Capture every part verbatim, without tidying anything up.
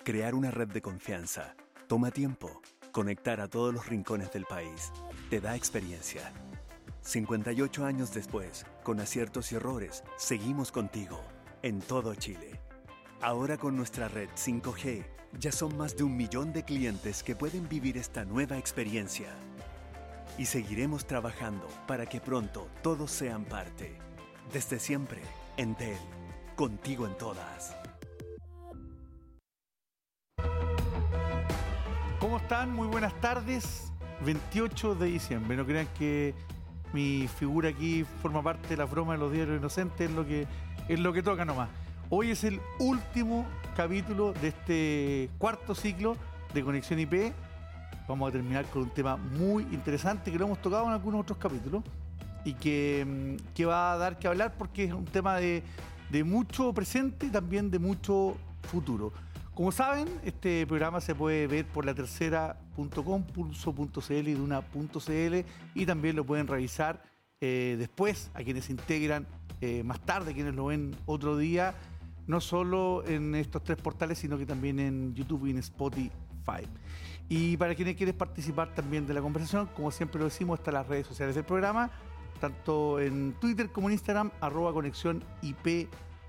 Crear una red de confianza toma tiempo. Conectar a todos los rincones del país te da experiencia. cincuenta y ocho años después, con aciertos y errores, seguimos contigo en todo Chile. Ahora con nuestra red cinco G, ya son más de un millón de clientes que pueden vivir esta nueva experiencia. Y seguiremos trabajando para que pronto todos sean parte. Desde siempre, Entel, contigo en todas. ¿Cómo están? Muy buenas tardes. veintiocho de diciembre. No crean que mi figura aquí forma parte de la broma de los diarios inocentes, es lo que, es lo que toca nomás. Hoy es el último capítulo de este cuarto ciclo de Conexión I P. Vamos a terminar con un tema muy interesante que lo hemos tocado en algunos otros capítulos y que, que va a dar que hablar porque es un tema de, de mucho presente y también de mucho futuro. Como saben, este programa se puede ver por la tercera punto com, pulso punto c l y duna punto c l y también lo pueden revisar eh, después a quienes se integran eh, más tarde, quienes lo ven otro día, no solo en estos tres portales, sino que también en YouTube y en Spotify. Y para quienes quieren participar también de la conversación, como siempre lo decimos, están las redes sociales del programa, tanto en Twitter como en Instagram, arroba conexión I P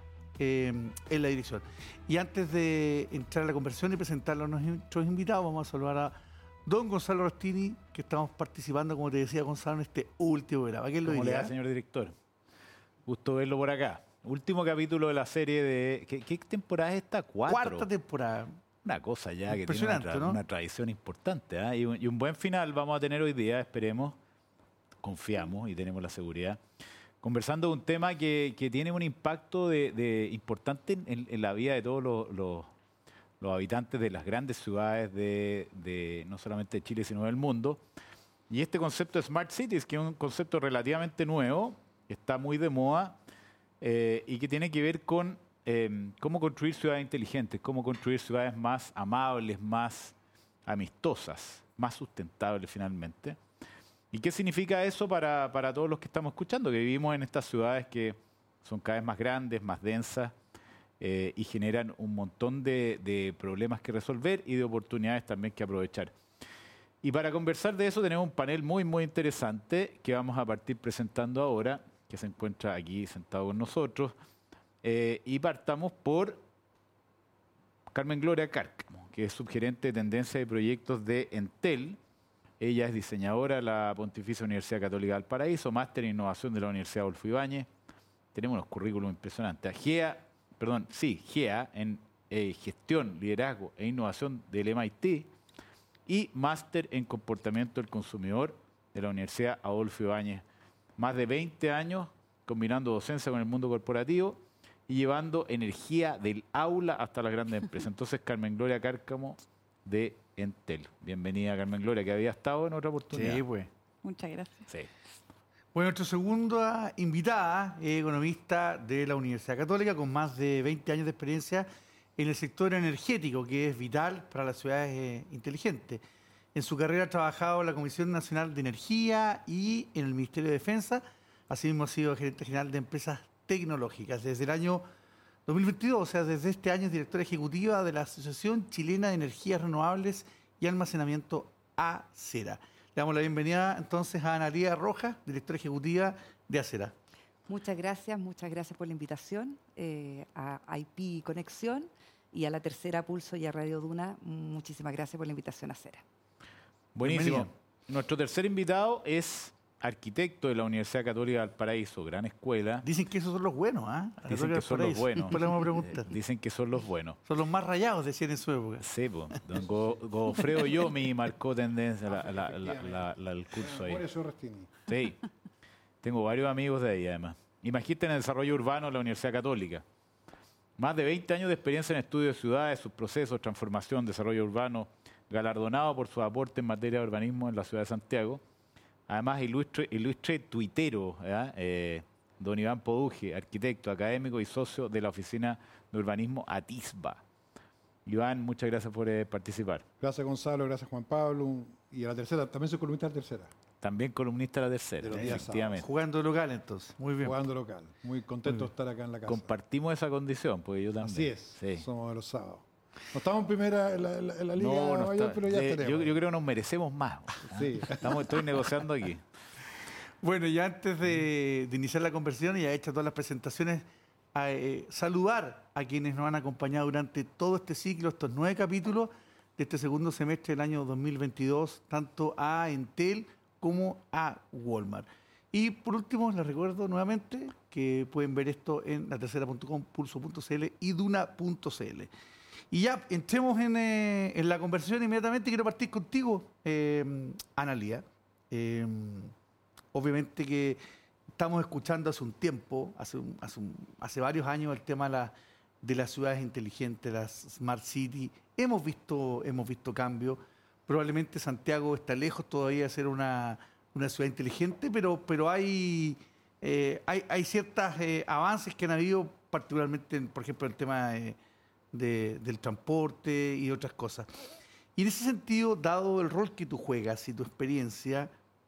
eh, en la dirección. Y antes de entrar a la conversación y presentarlo a nuestros invitados, vamos a saludar a don Gonzalo Rostini, que estamos participando, como te decía Gonzalo, en este último programa. ¿Quién lo diría? ¿Cómo le va, señor director? Gusto verlo por acá. Último capítulo de la serie de... ¿Qué, qué temporada es esta? ¿Cuatro? Cuarta temporada. Una cosa ya que tiene una, tra ¿no? una tradición importante, ¿eh? y, un, y un buen final vamos a tener hoy día, esperemos, confiamos y tenemos la seguridad, conversando de un tema que, que tiene un impacto de, de importante en, en la vida de todos los, los, los habitantes de las grandes ciudades, de, de no solamente de Chile, sino del mundo. Y este concepto de Smart Cities, que es un concepto relativamente nuevo, que está muy de moda eh, y que tiene que ver con eh, cómo construir ciudades inteligentes, cómo construir ciudades más amables, más amistosas, más sustentables finalmente. ¿Y qué significa eso para, para todos los que estamos escuchando? Que vivimos en estas ciudades que son cada vez más grandes, más densas eh, y generan un montón de, de problemas que resolver y de oportunidades también que aprovechar. Y para conversar de eso tenemos un panel muy, muy interesante que vamos a partir presentando ahora, que se encuentra aquí sentado con nosotros. Eh, y partamos por Carmen Gloria Cárcamo, que es subgerente de tendencia de proyectos de Entel. Ella es diseñadora de la Pontificia Universidad Católica del Paraíso, máster en innovación de la Universidad Adolfo Ibáñez. Tenemos unos currículos impresionantes. G E A, perdón, sí, G E A en eh, gestión, liderazgo e innovación del M I T y máster en comportamiento del consumidor de la Universidad Adolfo Ibáñez. Más de veinte años combinando docencia con el mundo corporativo y llevando energía del aula hasta las grandes empresas. Entonces, Carmen Gloria Cárcamo de Entel. Bienvenida, Carmen Gloria, que había estado en otra oportunidad. Sí, pues. Muchas gracias. Sí. Bueno, nuestra segunda invitada es economista de la Universidad Católica con más de veinte años de experiencia en el sector energético, que es vital para las ciudades eh, inteligentes. En su carrera ha trabajado en la Comisión Nacional de Energía y en el Ministerio de Defensa. Asimismo ha sido gerente general de empresas tecnológicas. Desde el año dos mil veintidós, o sea, desde este año es directora ejecutiva de la Asociación Chilena de Energías Renovables y Almacenamiento ACERA. Le damos la bienvenida entonces a Analía Rojas, directora ejecutiva de ACERA. Muchas gracias, muchas gracias por la invitación eh, a I P Conexión y a la Tercera Pulso y a Radio Duna. Muchísimas gracias por la invitación a ACERA. Buenísimo. Bienvenido. Nuestro tercer invitado es arquitecto de la Universidad Católica del Paraíso, gran escuela. Dicen que esos son los buenos, ¿ah? ¿eh? Dicen que son los buenos. Después le vamos a preguntar. Dicen que son los buenos. Son los más rayados, decían en su época. Sí, pues. Don Go, Godofredo Yomi marcó tendencia la, la, la, la, la, el curso ahí. Sí. Tengo varios amigos de ahí, además. Y magíster en el desarrollo urbano de la Universidad Católica. Más de veinte años de experiencia en estudio de ciudades, sus procesos, transformación, desarrollo urbano, galardonado por su aporte en materia de urbanismo en la ciudad de Santiago. Además, ilustre, ilustre tuitero, eh, don Iván Poduje, arquitecto, académico y socio de la Oficina de Urbanismo ATISBA. Iván, muchas gracias por eh, participar. Gracias, Gonzalo, gracias, Juan Pablo. Y a la tercera, también soy columnista de la tercera. También columnista de la tercera, de efectivamente. Jugando local, entonces. Muy bien. Jugando local. Muy contento Muy de estar acá en la casa. Compartimos esa condición, porque yo también. Así es. Sí. Somos de los sábados. No estamos en primera en la, en la, en la Liga no, no Mayor, está, pero ya eh, tenemos. Yo, yo creo que nos merecemos más. Sí. Estamos, estoy negociando aquí. Bueno, y antes de, de iniciar la conversación y ya hecho todas las presentaciones, a, eh, saludar a quienes nos han acompañado durante todo este ciclo, estos nueve capítulos de este segundo semestre del año dos mil veintidós, tanto a Entel como a Walmart. Y por último, les recuerdo nuevamente que pueden ver esto en la tercera punto com, pulso punto c l y duna punto c l. Y ya entremos en, eh, en la conversación inmediatamente. Quiero partir contigo, eh, Analía. Eh, obviamente que estamos escuchando hace un tiempo, hace, un, hace, un, hace varios años, el tema de, la, de las ciudades inteligentes, las Smart City. Hemos visto, hemos visto cambios. Probablemente Santiago está lejos todavía de ser una, una ciudad inteligente, pero, pero hay, eh, hay, hay ciertos eh, avances que han habido, particularmente, en, por ejemplo, en el tema de, de, del transporte y otras cosas. Y en ese sentido, dado el rol que tú juegas y tu experiencia,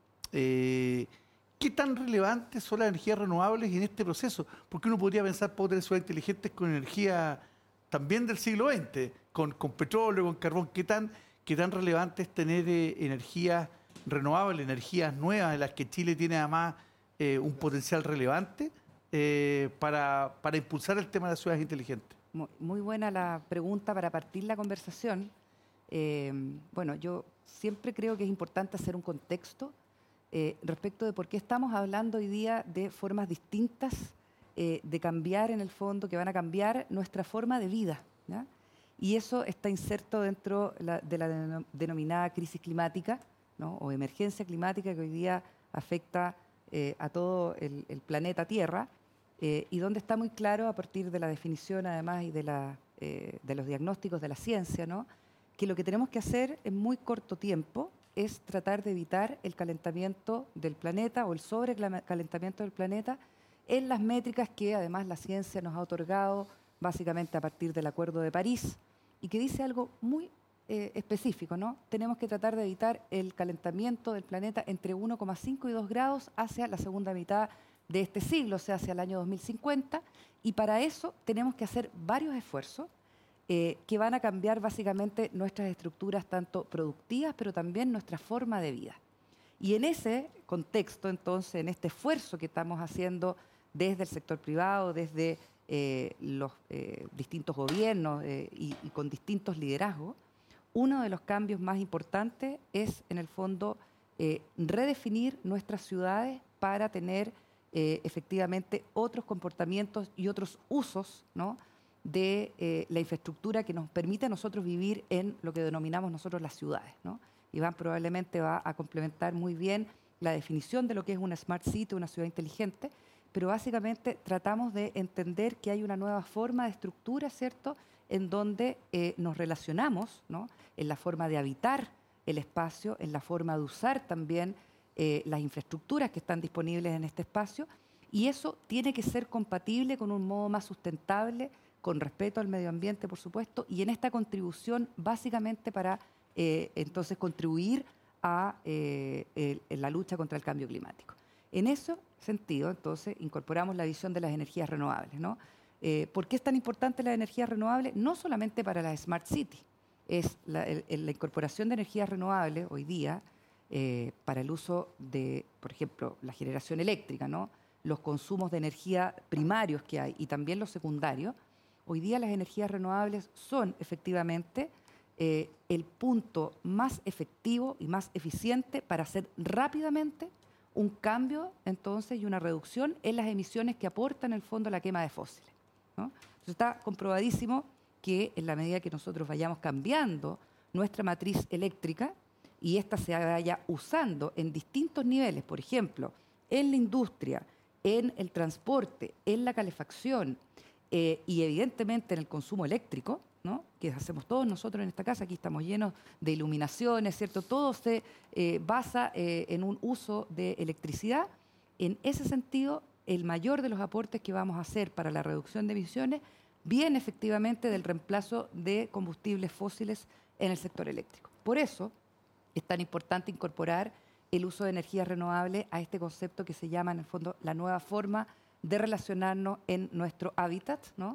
eh, ¿qué tan relevantes son las energías renovables en este proceso? Porque uno podría pensar, puedo tener ciudades inteligentes con energía también del siglo veinte, con, con petróleo, con carbón. ¿Qué tan, qué tan relevante es tener eh, energías renovables, energías nuevas, en las que Chile tiene además eh, un potencial relevante eh, para, para impulsar el tema de las ciudades inteligentes? Muy, muy buena la pregunta para partir la conversación. Eh, bueno, yo siempre creo que es importante hacer un contexto eh, respecto de por qué estamos hablando hoy día de formas distintas eh, de cambiar en el fondo, que van a cambiar nuestra forma de vida, ¿ya? Y eso está inserto dentro la, de la denom- denominada crisis climática, ¿no? O emergencia climática que hoy día afecta eh, a todo el, el planeta Tierra, eh, y donde está muy claro, a partir de la definición además y de, la, eh, de los diagnósticos de la ciencia, ¿no? Que lo que tenemos que hacer en muy corto tiempo es tratar de evitar el calentamiento del planeta o el sobrecalentamiento del planeta en las métricas que además la ciencia nos ha otorgado básicamente a partir del Acuerdo de París y que dice algo muy eh, específico, ¿no? Tenemos que tratar de evitar el calentamiento del planeta entre uno coma cinco y dos grados hacia la segunda mitad de este siglo, o sea, hacia el año dos mil cincuenta, y para eso tenemos que hacer varios esfuerzos eh, que van a cambiar básicamente nuestras estructuras tanto productivas, pero también nuestra forma de vida. Y en ese contexto, entonces, en este esfuerzo que estamos haciendo desde el sector privado, desde eh, los eh, distintos gobiernos eh, y, y con distintos liderazgos, uno de los cambios más importantes es, en el fondo, eh, redefinir nuestras ciudades para tener eh, efectivamente otros comportamientos y otros usos, ¿no?, de eh, la infraestructura que nos permite a nosotros vivir en lo que denominamos nosotros las ciudades, ¿no? Iván probablemente va a complementar muy bien la definición de lo que es una Smart City, una ciudad inteligente, pero básicamente tratamos de entender que hay una nueva forma de estructura, ¿cierto?, en donde eh, nos relacionamos, ¿no?, en la forma de habitar el espacio, en la forma de usar también eh, las infraestructuras que están disponibles en este espacio, y eso tiene que ser compatible con un modo más sustentable, con respeto al medio ambiente, por supuesto, y en esta contribución básicamente para eh, entonces contribuir a eh, el, en la lucha contra el cambio climático. En ese sentido, entonces, incorporamos la visión de las energías renovables, ¿no? Eh, ¿Por qué es tan importante la energía renovable? No solamente para las Smart City, es la, el, la incorporación de energías renovables hoy día eh, para el uso de, por ejemplo, la generación eléctrica, ¿no?, los consumos de energía primarios que hay y también los secundarios. Hoy día las energías renovables son efectivamente eh, el punto más efectivo y más eficiente para hacer rápidamente un cambio entonces y una reducción en las emisiones que aportan en el fondo la quema de fósiles, ¿no? Entonces está comprobadísimo que en la medida que nosotros vayamos cambiando nuestra matriz eléctrica y ésta se vaya usando en distintos niveles, por ejemplo, en la industria, en el transporte, en la calefacción, Eh, y evidentemente en el consumo eléctrico, ¿no?, que hacemos todos nosotros en esta casa, aquí estamos llenos de iluminaciones, ¿cierto? Todo se eh, basa eh, en un uso de electricidad. En ese sentido, el mayor de los aportes que vamos a hacer para la reducción de emisiones viene efectivamente del reemplazo de combustibles fósiles en el sector eléctrico. Por eso es tan importante incorporar el uso de energías renovables a este concepto que se llama, en el fondo, la nueva forma de relacionarnos en nuestro hábitat, ¿no?,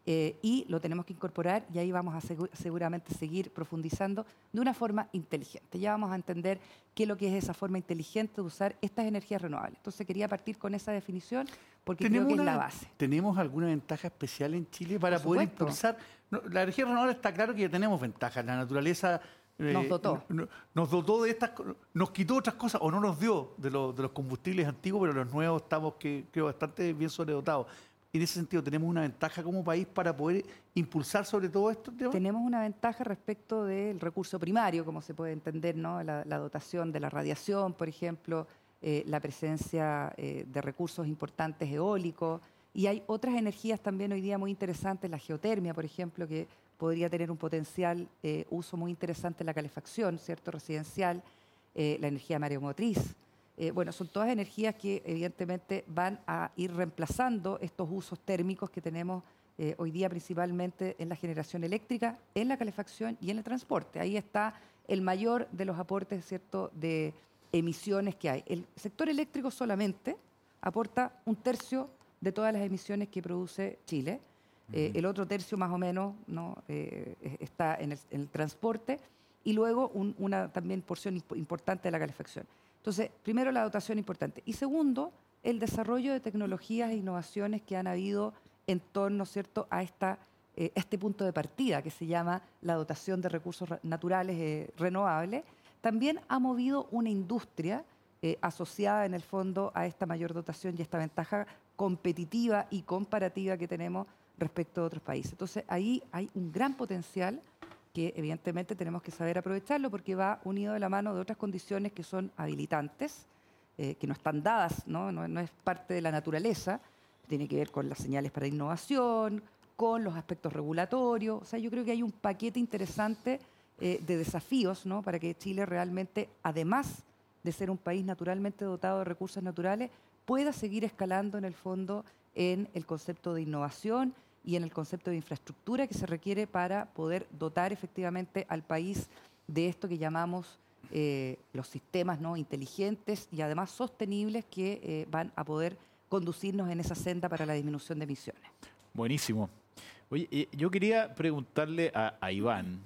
Eh, y lo tenemos que incorporar y ahí vamos a segu- seguramente seguir profundizando de una forma inteligente. Ya vamos a entender qué es lo que es esa forma inteligente de usar estas energías renovables. Entonces quería partir con esa definición porque creo que una, es la base. ¿Tenemos alguna ventaja especial en Chile para poder impulsar? No, la energía renovable está claro que ya tenemos ventajas. La naturaleza eh, nos dotó. No, nos dotó de estas, nos quitó otras cosas o no nos dio de, lo, de los combustibles antiguos, pero los nuevos estamos que, creo bastante bien sobredotados. En ese sentido, ¿tenemos una ventaja como país para poder impulsar sobre todo esto? Tenemos una ventaja respecto del recurso primario, como se puede entender, ¿no? La, la dotación de la radiación, por ejemplo, eh, la presencia eh, de recursos importantes eólicos. Y hay otras energías también hoy día muy interesantes, la geotermia, por ejemplo, que podría tener un potencial eh, uso muy interesante en la calefacción, ¿cierto? Residencial, eh, la energía mareomotriz. Eh, bueno, son todas energías que evidentemente van a ir reemplazando estos usos térmicos que tenemos eh, hoy día principalmente en la generación eléctrica, en la calefacción y en el transporte. Ahí está el mayor de los aportes, ¿cierto?, de emisiones que hay. El sector eléctrico solamente aporta un tercio de todas las emisiones que produce Chile. Eh, el otro tercio más o menos, ¿no?, eh, está en el, en el transporte y luego un, una también porción imp- importante de la calefacción. Entonces, primero la dotación importante. Y segundo, el desarrollo de tecnologías e innovaciones que han habido en torno, ¿cierto?, a esta, eh, este punto de partida que se llama la dotación de recursos naturales eh, renovables, también ha movido una industria eh, asociada en el fondo a esta mayor dotación y esta ventaja competitiva y comparativa que tenemos respecto a otros países. Entonces, ahí hay un gran potencial que evidentemente tenemos que saber aprovecharlo porque va unido de la mano de otras condiciones que son habilitantes, eh, que no están dadas, ¿no? No, no es parte de la naturaleza, tiene que ver con las señales para innovación, con los aspectos regulatorios. O sea, yo creo que hay un paquete interesante eh, de desafíos, ¿no?, para que Chile realmente, además de ser un país naturalmente dotado de recursos naturales, pueda seguir escalando en el fondo en el concepto de innovación y en el concepto de infraestructura que se requiere para poder dotar efectivamente al país de esto que llamamos eh, los sistemas, ¿no?, inteligentes y además sostenibles que eh, van a poder conducirnos en esa senda para la disminución de emisiones. Buenísimo. Oye, yo quería preguntarle a, a Iván,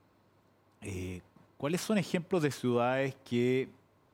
eh, ¿cuáles son ejemplos de ciudades que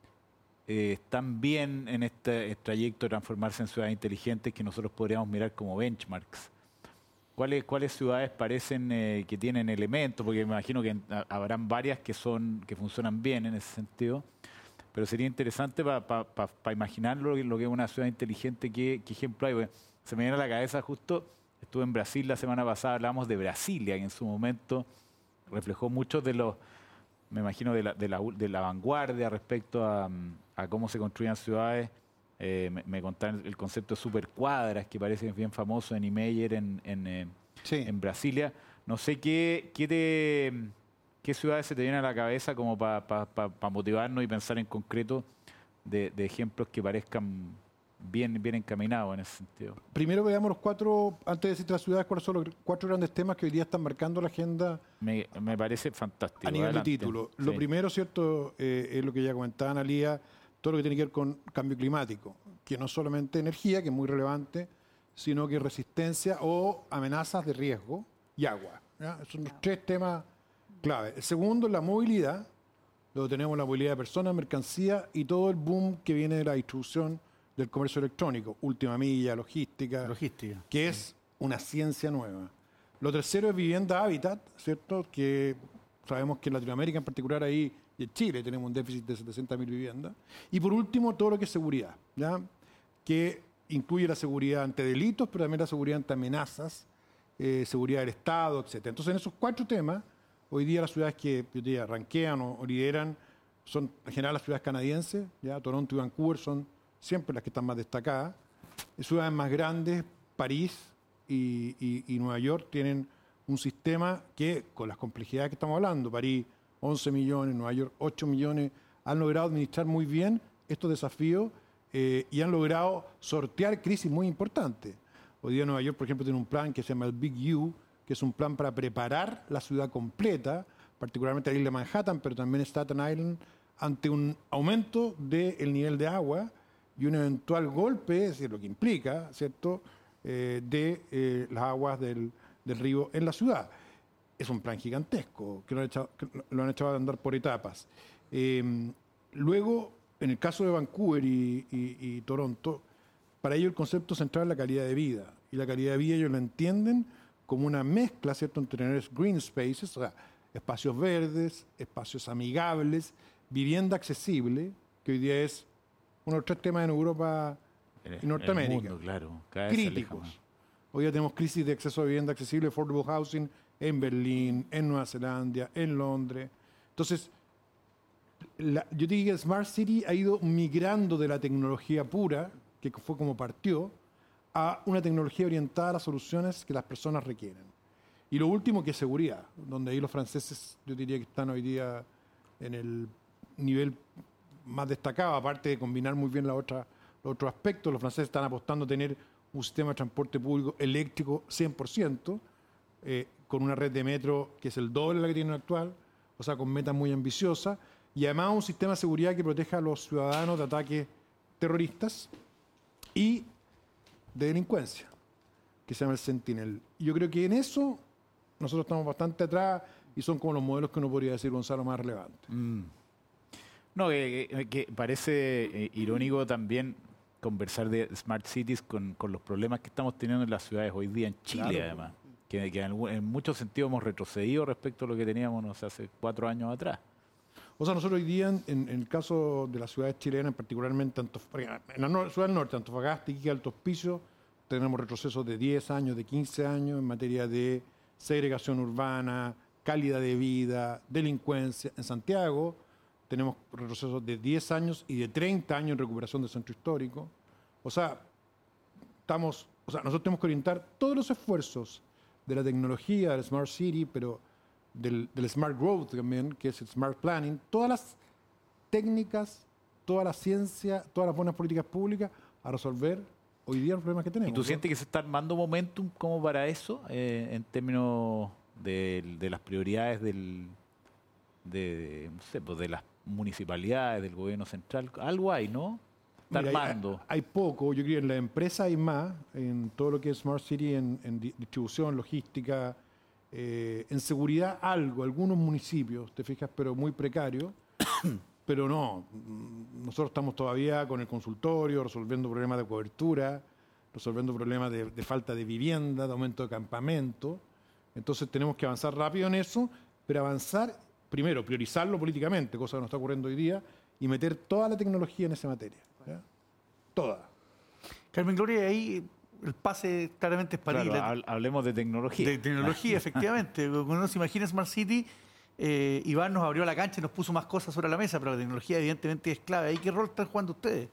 eh, están bien en este trayecto de transformarse en ciudades inteligentes que nosotros podríamos mirar como benchmarks? ¿Cuáles, cuáles ciudades parecen eh, que tienen elementos? Porque me imagino que habrán varias que son que funcionan bien en ese sentido, pero sería interesante para pa, pa, pa imaginar lo, lo que es una ciudad inteligente, qué, qué ejemplo hay. Porque se me viene a la cabeza justo, estuve en Brasil la semana pasada, hablamos de Brasilia, que en su momento reflejó muchos de los, me imagino, de la, de la, de la vanguardia respecto a, a cómo se construían ciudades. Eh, me, me contaron el concepto de supercuadras, que parece que es bien famoso en Niemeyer, en, en, eh, sí. en Brasilia. No sé qué, qué, te, qué ciudades se te vienen a la cabeza como para pa, pa, pa motivarnos y pensar en concreto de, de ejemplos que parezcan bien, bien encaminados en ese sentido. Primero veamos los cuatro, antes de decir las ciudades, cuáles son los cuatro grandes temas que hoy día están marcando la agenda. Me, me parece fantástico. A nivel Adelante. de título. Sí. Lo primero, ¿cierto?, eh, es lo que ya comentaba Analía, todo lo que tiene que ver con cambio climático, que no solamente energía, que es muy relevante, sino que resistencia o amenazas de riesgo y agua. ¿Ya? Son los tres temas clave. El segundo es la movilidad, donde tenemos la movilidad de personas, mercancía y todo el boom que viene de la distribución del comercio electrónico, última milla, logística, logística, que es una ciencia nueva. Lo tercero es vivienda hábitat, ¿cierto?, que sabemos que en Latinoamérica en particular ahí y en Chile tenemos un déficit de setecientas mil viviendas. Y por último, todo lo que es seguridad, ¿ya?, que incluye la seguridad ante delitos, pero también la seguridad ante amenazas, eh, seguridad del Estado, etcétera. Entonces, en esos cuatro temas, hoy día las ciudades que yo diría, ranquean o, o lideran son en general las ciudades canadienses, ¿ya? Toronto y Vancouver son siempre las que están más destacadas. Ciudades más grandes, París y, y, y Nueva York, tienen un sistema que, con las complejidades que estamos hablando, París once millones, Nueva York ocho millones, han logrado administrar muy bien estos desafíos eh, y han logrado sortear crisis muy importantes. Hoy día Nueva York, por ejemplo, tiene un plan que se llama el Big U, que es un plan para preparar la ciudad completa, particularmente la isla de Manhattan, pero también Staten Island, ante un aumento del nivel de agua y un eventual golpe, es decir, lo que implica, ¿cierto?, eh, de eh, las aguas del, del río en la ciudad. Es un plan gigantesco que lo han echado, que lo han echado a andar por etapas. Eh, luego, en el caso de Vancouver y, y, y Toronto, para ellos el concepto central es la calidad de vida. Y la calidad de vida ellos la entienden como una mezcla, ¿cierto?, entre tener green spaces, o sea, espacios verdes, espacios amigables, vivienda accesible, que hoy día es uno de los tres temas en Europa y Norteamérica. El mundo, claro, cada vez críticos. Hoy ya tenemos crisis de acceso a vivienda accesible, affordable housing, en Berlín, en Nueva Zelanda, en Londres. Entonces, la, yo diría que Smart City ha ido migrando de la tecnología pura, que fue como partió, a una tecnología orientada a las soluciones que las personas requieren. Y lo último, que es seguridad, donde ahí los franceses, yo diría que están hoy día en el nivel más destacado, aparte de combinar muy bien la otra, los otros aspectos. Los franceses están apostando a tener un sistema de transporte público eléctrico cien por ciento, eh, con una red de metro que es el doble de la que tienen actual, o sea, con metas muy ambiciosas, y además un sistema de seguridad que proteja a los ciudadanos de ataques terroristas y de delincuencia, que se llama el Sentinel. Y yo creo que en eso nosotros estamos bastante atrás y son como los modelos que uno podría decir, Gonzalo, más relevantes. Mm. No, que, que, que parece eh, irónico también conversar de Smart Cities con, con los problemas que estamos teniendo en las ciudades hoy día en Chile, claro, además. Que, que en, en muchos sentidos hemos retrocedido respecto a lo que teníamos, no sé, hace cuatro años atrás. O sea, nosotros hoy día, en, en el caso de las ciudades chilenas, particularmente en la no, ciudad del norte, Antofagasta, Iquique, Alto Hospicio, tenemos retrocesos de diez años, de quince años en materia de segregación urbana, calidad de vida, delincuencia. En Santiago tenemos retrocesos de diez años y de treinta años en recuperación del centro histórico. O sea, estamos, o sea, nosotros tenemos que orientar todos los esfuerzos de la tecnología, del Smart City, pero del, del Smart Growth también, que es el Smart Planning, todas las técnicas, toda la ciencia, todas las buenas políticas públicas a resolver hoy día los problemas que tenemos. ¿Y tú sientes que se está armando momentum como para eso, eh, en términos de, de las prioridades del, de, no sé, pues de las municipalidades, del gobierno central? Algo hay, ¿no? Está Mira, armando. Hay, hay poco, yo creo que en la empresa hay más, en todo lo que es Smart City, en, en distribución, logística, eh, en seguridad algo, algunos municipios, te fijas, pero muy precario. Pero no, nosotros estamos todavía con el consultorio, resolviendo problemas de cobertura, resolviendo problemas de, de falta de vivienda, de aumento de campamento. Entonces tenemos que avanzar rápido en eso, pero avanzar, primero, priorizarlo políticamente, cosa que no está ocurriendo hoy día, y meter toda la tecnología en esa materia. ¿Ya? Toda. Carmen Gloria, ahí el pase claramente es para claro, hablemos de tecnología. De tecnología, efectivamente. Cuando uno se imagina Smart City, Eh, Iván nos abrió la cancha y nos puso más cosas sobre la mesa, pero la tecnología evidentemente es clave. ¿Ahí qué rol están jugando ustedes?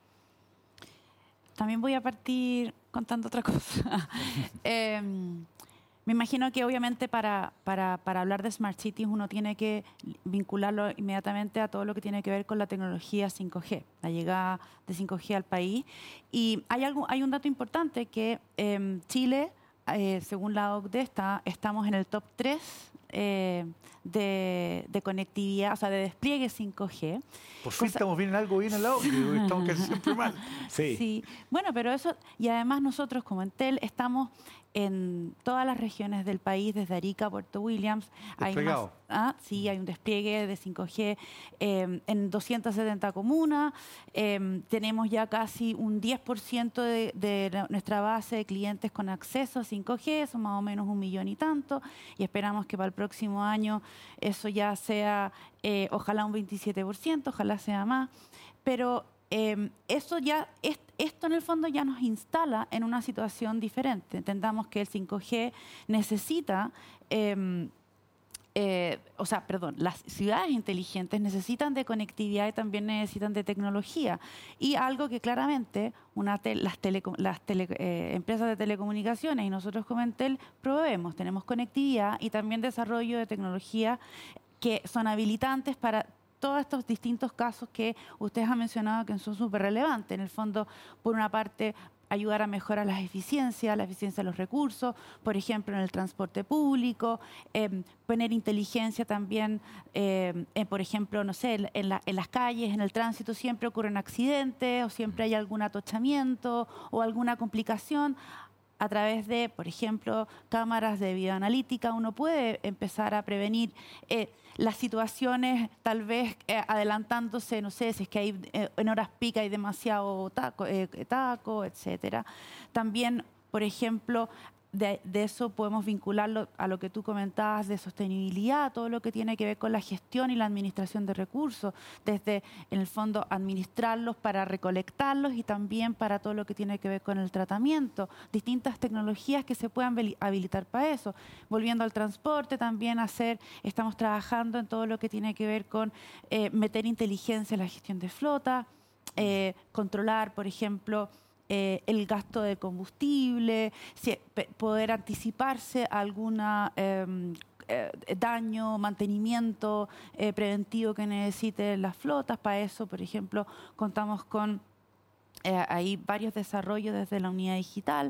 También voy a partir contando otra cosa. eh, me imagino que obviamente para, para, para hablar de Smart Cities uno tiene que vincularlo inmediatamente a todo lo que tiene que ver con la tecnología cinco G, la llegada de cinco G al país. Y hay, algo, hay un dato importante que eh, Chile, eh, según la O C D E, está, estamos en el top tres Eh, de, de conectividad, o sea, de despliegue cinco G. Por fin Cosa... estamos bien en algo bien al lado, que estamos casi siempre mal. Sí. sí. Bueno, pero eso, y además nosotros como Entel estamos en todas las regiones del país, desde Arica a Puerto Williams. Hay más, ah, sí, hay un despliegue de cinco G eh, en doscientas setenta comunas. Eh, tenemos ya casi un diez por ciento de, de nuestra base de clientes con acceso a cinco G, son más o menos un millón y tanto, y esperamos que para el próximo año eso ya sea, eh, ojalá un veintisiete por ciento, ojalá sea más. Pero Eh, eso ya, es, esto en el fondo ya nos instala en una situación diferente. Entendamos que el cinco G necesita, eh, eh, o sea, perdón, las ciudades inteligentes necesitan de conectividad y también necesitan de tecnología. Y algo que claramente una te, las, tele, las tele, eh, empresas de telecomunicaciones y nosotros como Entel proveemos, tenemos conectividad y también desarrollo de tecnología que son habilitantes para todos estos distintos casos que ustedes han mencionado que son súper relevantes. En el fondo, por una parte, ayudar a mejorar las eficiencias, la eficiencia de los recursos, por ejemplo, en el transporte público, eh, poner inteligencia también, eh, en, por ejemplo, no sé, en, la, en las calles, en el tránsito siempre ocurren accidentes o siempre hay algún atochamiento o alguna complicación. a través de, por ejemplo, cámaras de videoanalítica, uno puede empezar a prevenir eh, las situaciones, tal vez eh, adelantándose, no sé, si es que hay, eh, en horas pica hay demasiado taco, eh, taco, etcétera. También, por ejemplo, De, de eso podemos vincularlo a lo que tú comentabas de sostenibilidad, todo lo que tiene que ver con la gestión y la administración de recursos, desde, en el fondo, administrarlos para recolectarlos y también para todo lo que tiene que ver con el tratamiento, distintas tecnologías que se puedan habilitar para eso. Volviendo al transporte, también hacer, estamos trabajando en todo lo que tiene que ver con eh, meter inteligencia en la gestión de flota, eh, controlar, por ejemplo, Eh, el gasto de combustible, si, poder anticiparse a algún eh, eh, daño, mantenimiento eh, preventivo que necesiten las flotas. Para eso, por ejemplo, contamos con eh, ahí varios desarrollos desde la unidad digital.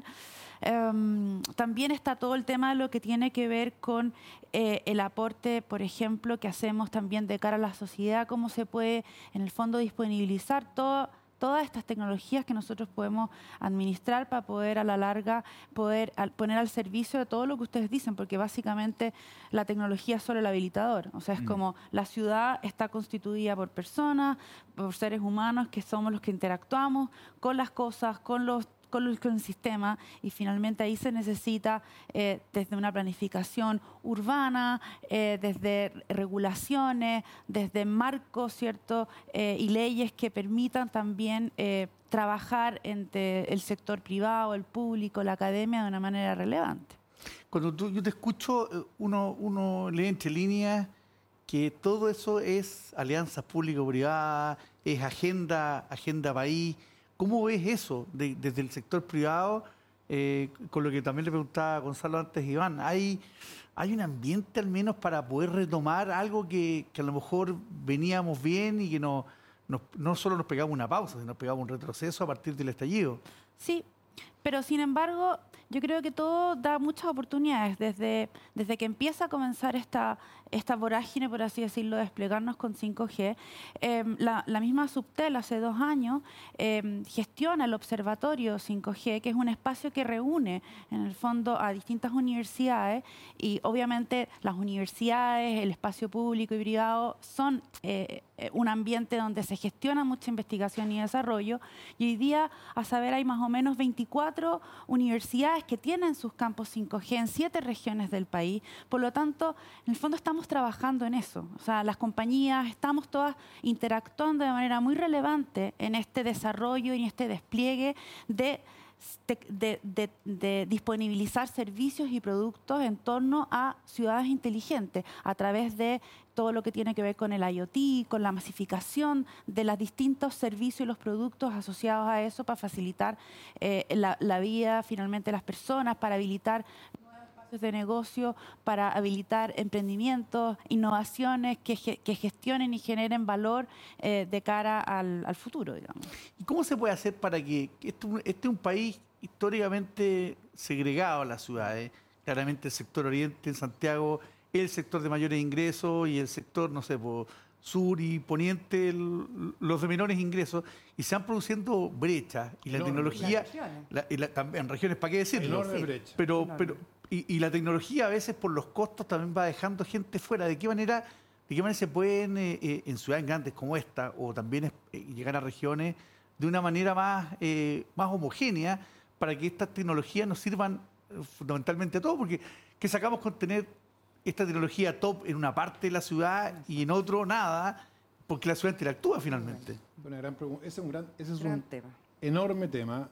Um, también está todo el tema de lo que tiene que ver con eh, el aporte, por ejemplo, que hacemos también de cara a la sociedad, cómo se puede, en el fondo, disponibilizar todo todas estas tecnologías que nosotros podemos administrar para poder a la larga poder al, poner al servicio de todo lo que ustedes dicen, porque básicamente la tecnología es solo el habilitador. O sea, es mm. como la ciudad está constituida por personas, por seres humanos que somos los que interactuamos con las cosas, con los con el, con el sistema, y finalmente ahí se necesita eh, desde una planificación urbana, eh, desde regulaciones, desde marcos, ¿cierto? Eh, y leyes que permitan también eh, trabajar entre el sector privado, el público, la academia de una manera relevante. Cuando tú, yo te escucho, uno, uno lee entre líneas que todo eso es alianzas público-privadas, es agenda, agenda país. ¿Cómo ves eso de, desde el sector privado? Eh, con lo que también le preguntaba a Gonzalo antes, Iván, ¿hay, ¿hay un ambiente al menos para poder retomar algo que, que a lo mejor veníamos bien y que no, no, no solo nos pegaba una pausa, sino nos pegaba un retroceso a partir del estallido? Sí, pero sin embargo, yo creo que todo da muchas oportunidades. Desde, desde que empieza a comenzar esta, esta vorágine, por así decirlo, de desplegarnos con cinco G, eh, la, la misma Subtel hace dos años eh, gestiona el Observatorio cinco G, que es un espacio que reúne en el fondo a distintas universidades, y obviamente las universidades, el espacio público y privado son eh, un ambiente donde se gestiona mucha investigación y desarrollo, y hoy día, a saber, hay más o menos veinticuatro universidades que tienen sus campos cinco G en siete regiones del país. Por lo tanto, en el fondo estamos trabajando en eso. O sea, las compañías, estamos todas interactuando de manera muy relevante en este desarrollo y en este despliegue de De, de, de, de disponibilizar servicios y productos en torno a ciudades inteligentes a través de todo lo que tiene que ver con el IoT, con la masificación de los distintos servicios y los productos asociados a eso para facilitar eh, la, la vida finalmente de las personas, para habilitar nuevos espacios de negocio, para habilitar emprendimientos, innovaciones que, que gestionen y generen valor eh, de cara al, al futuro, digamos. ¿Y cómo se puede hacer para que este, este es un país históricamente segregado a las ciudades? Claramente el sector oriente en Santiago es el sector de mayores ingresos y el sector, no sé, por sur y poniente el, los de menores ingresos, y se van produciendo brechas y la enorme. tecnología la, y la, en regiones, ¿para qué decirlo? Enorme brecha. Pero, enorme. pero y, y la tecnología a veces por los costos también va dejando gente fuera. ¿De qué manera, de qué manera se pueden eh, eh, en ciudades grandes como esta o también eh, llegar a regiones de una manera más, eh, más homogénea para que estas tecnologías nos sirvan eh, fundamentalmente a todos? Porque ¿qué sacamos con tener esta tecnología top en una parte de la ciudad y en otro nada? Porque la ciudad interactúa finalmente. Una gran pregunta. Ese es un, gran, ese es gran un tema. enorme tema.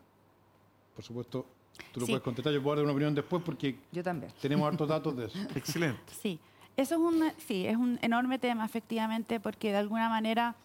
Por supuesto, tú lo Sí. puedes contestar, yo puedo dar una opinión después porque Yo también. tenemos hartos datos de eso. Excelente. Sí, eso es un, sí, es un enorme tema, efectivamente, porque de alguna manera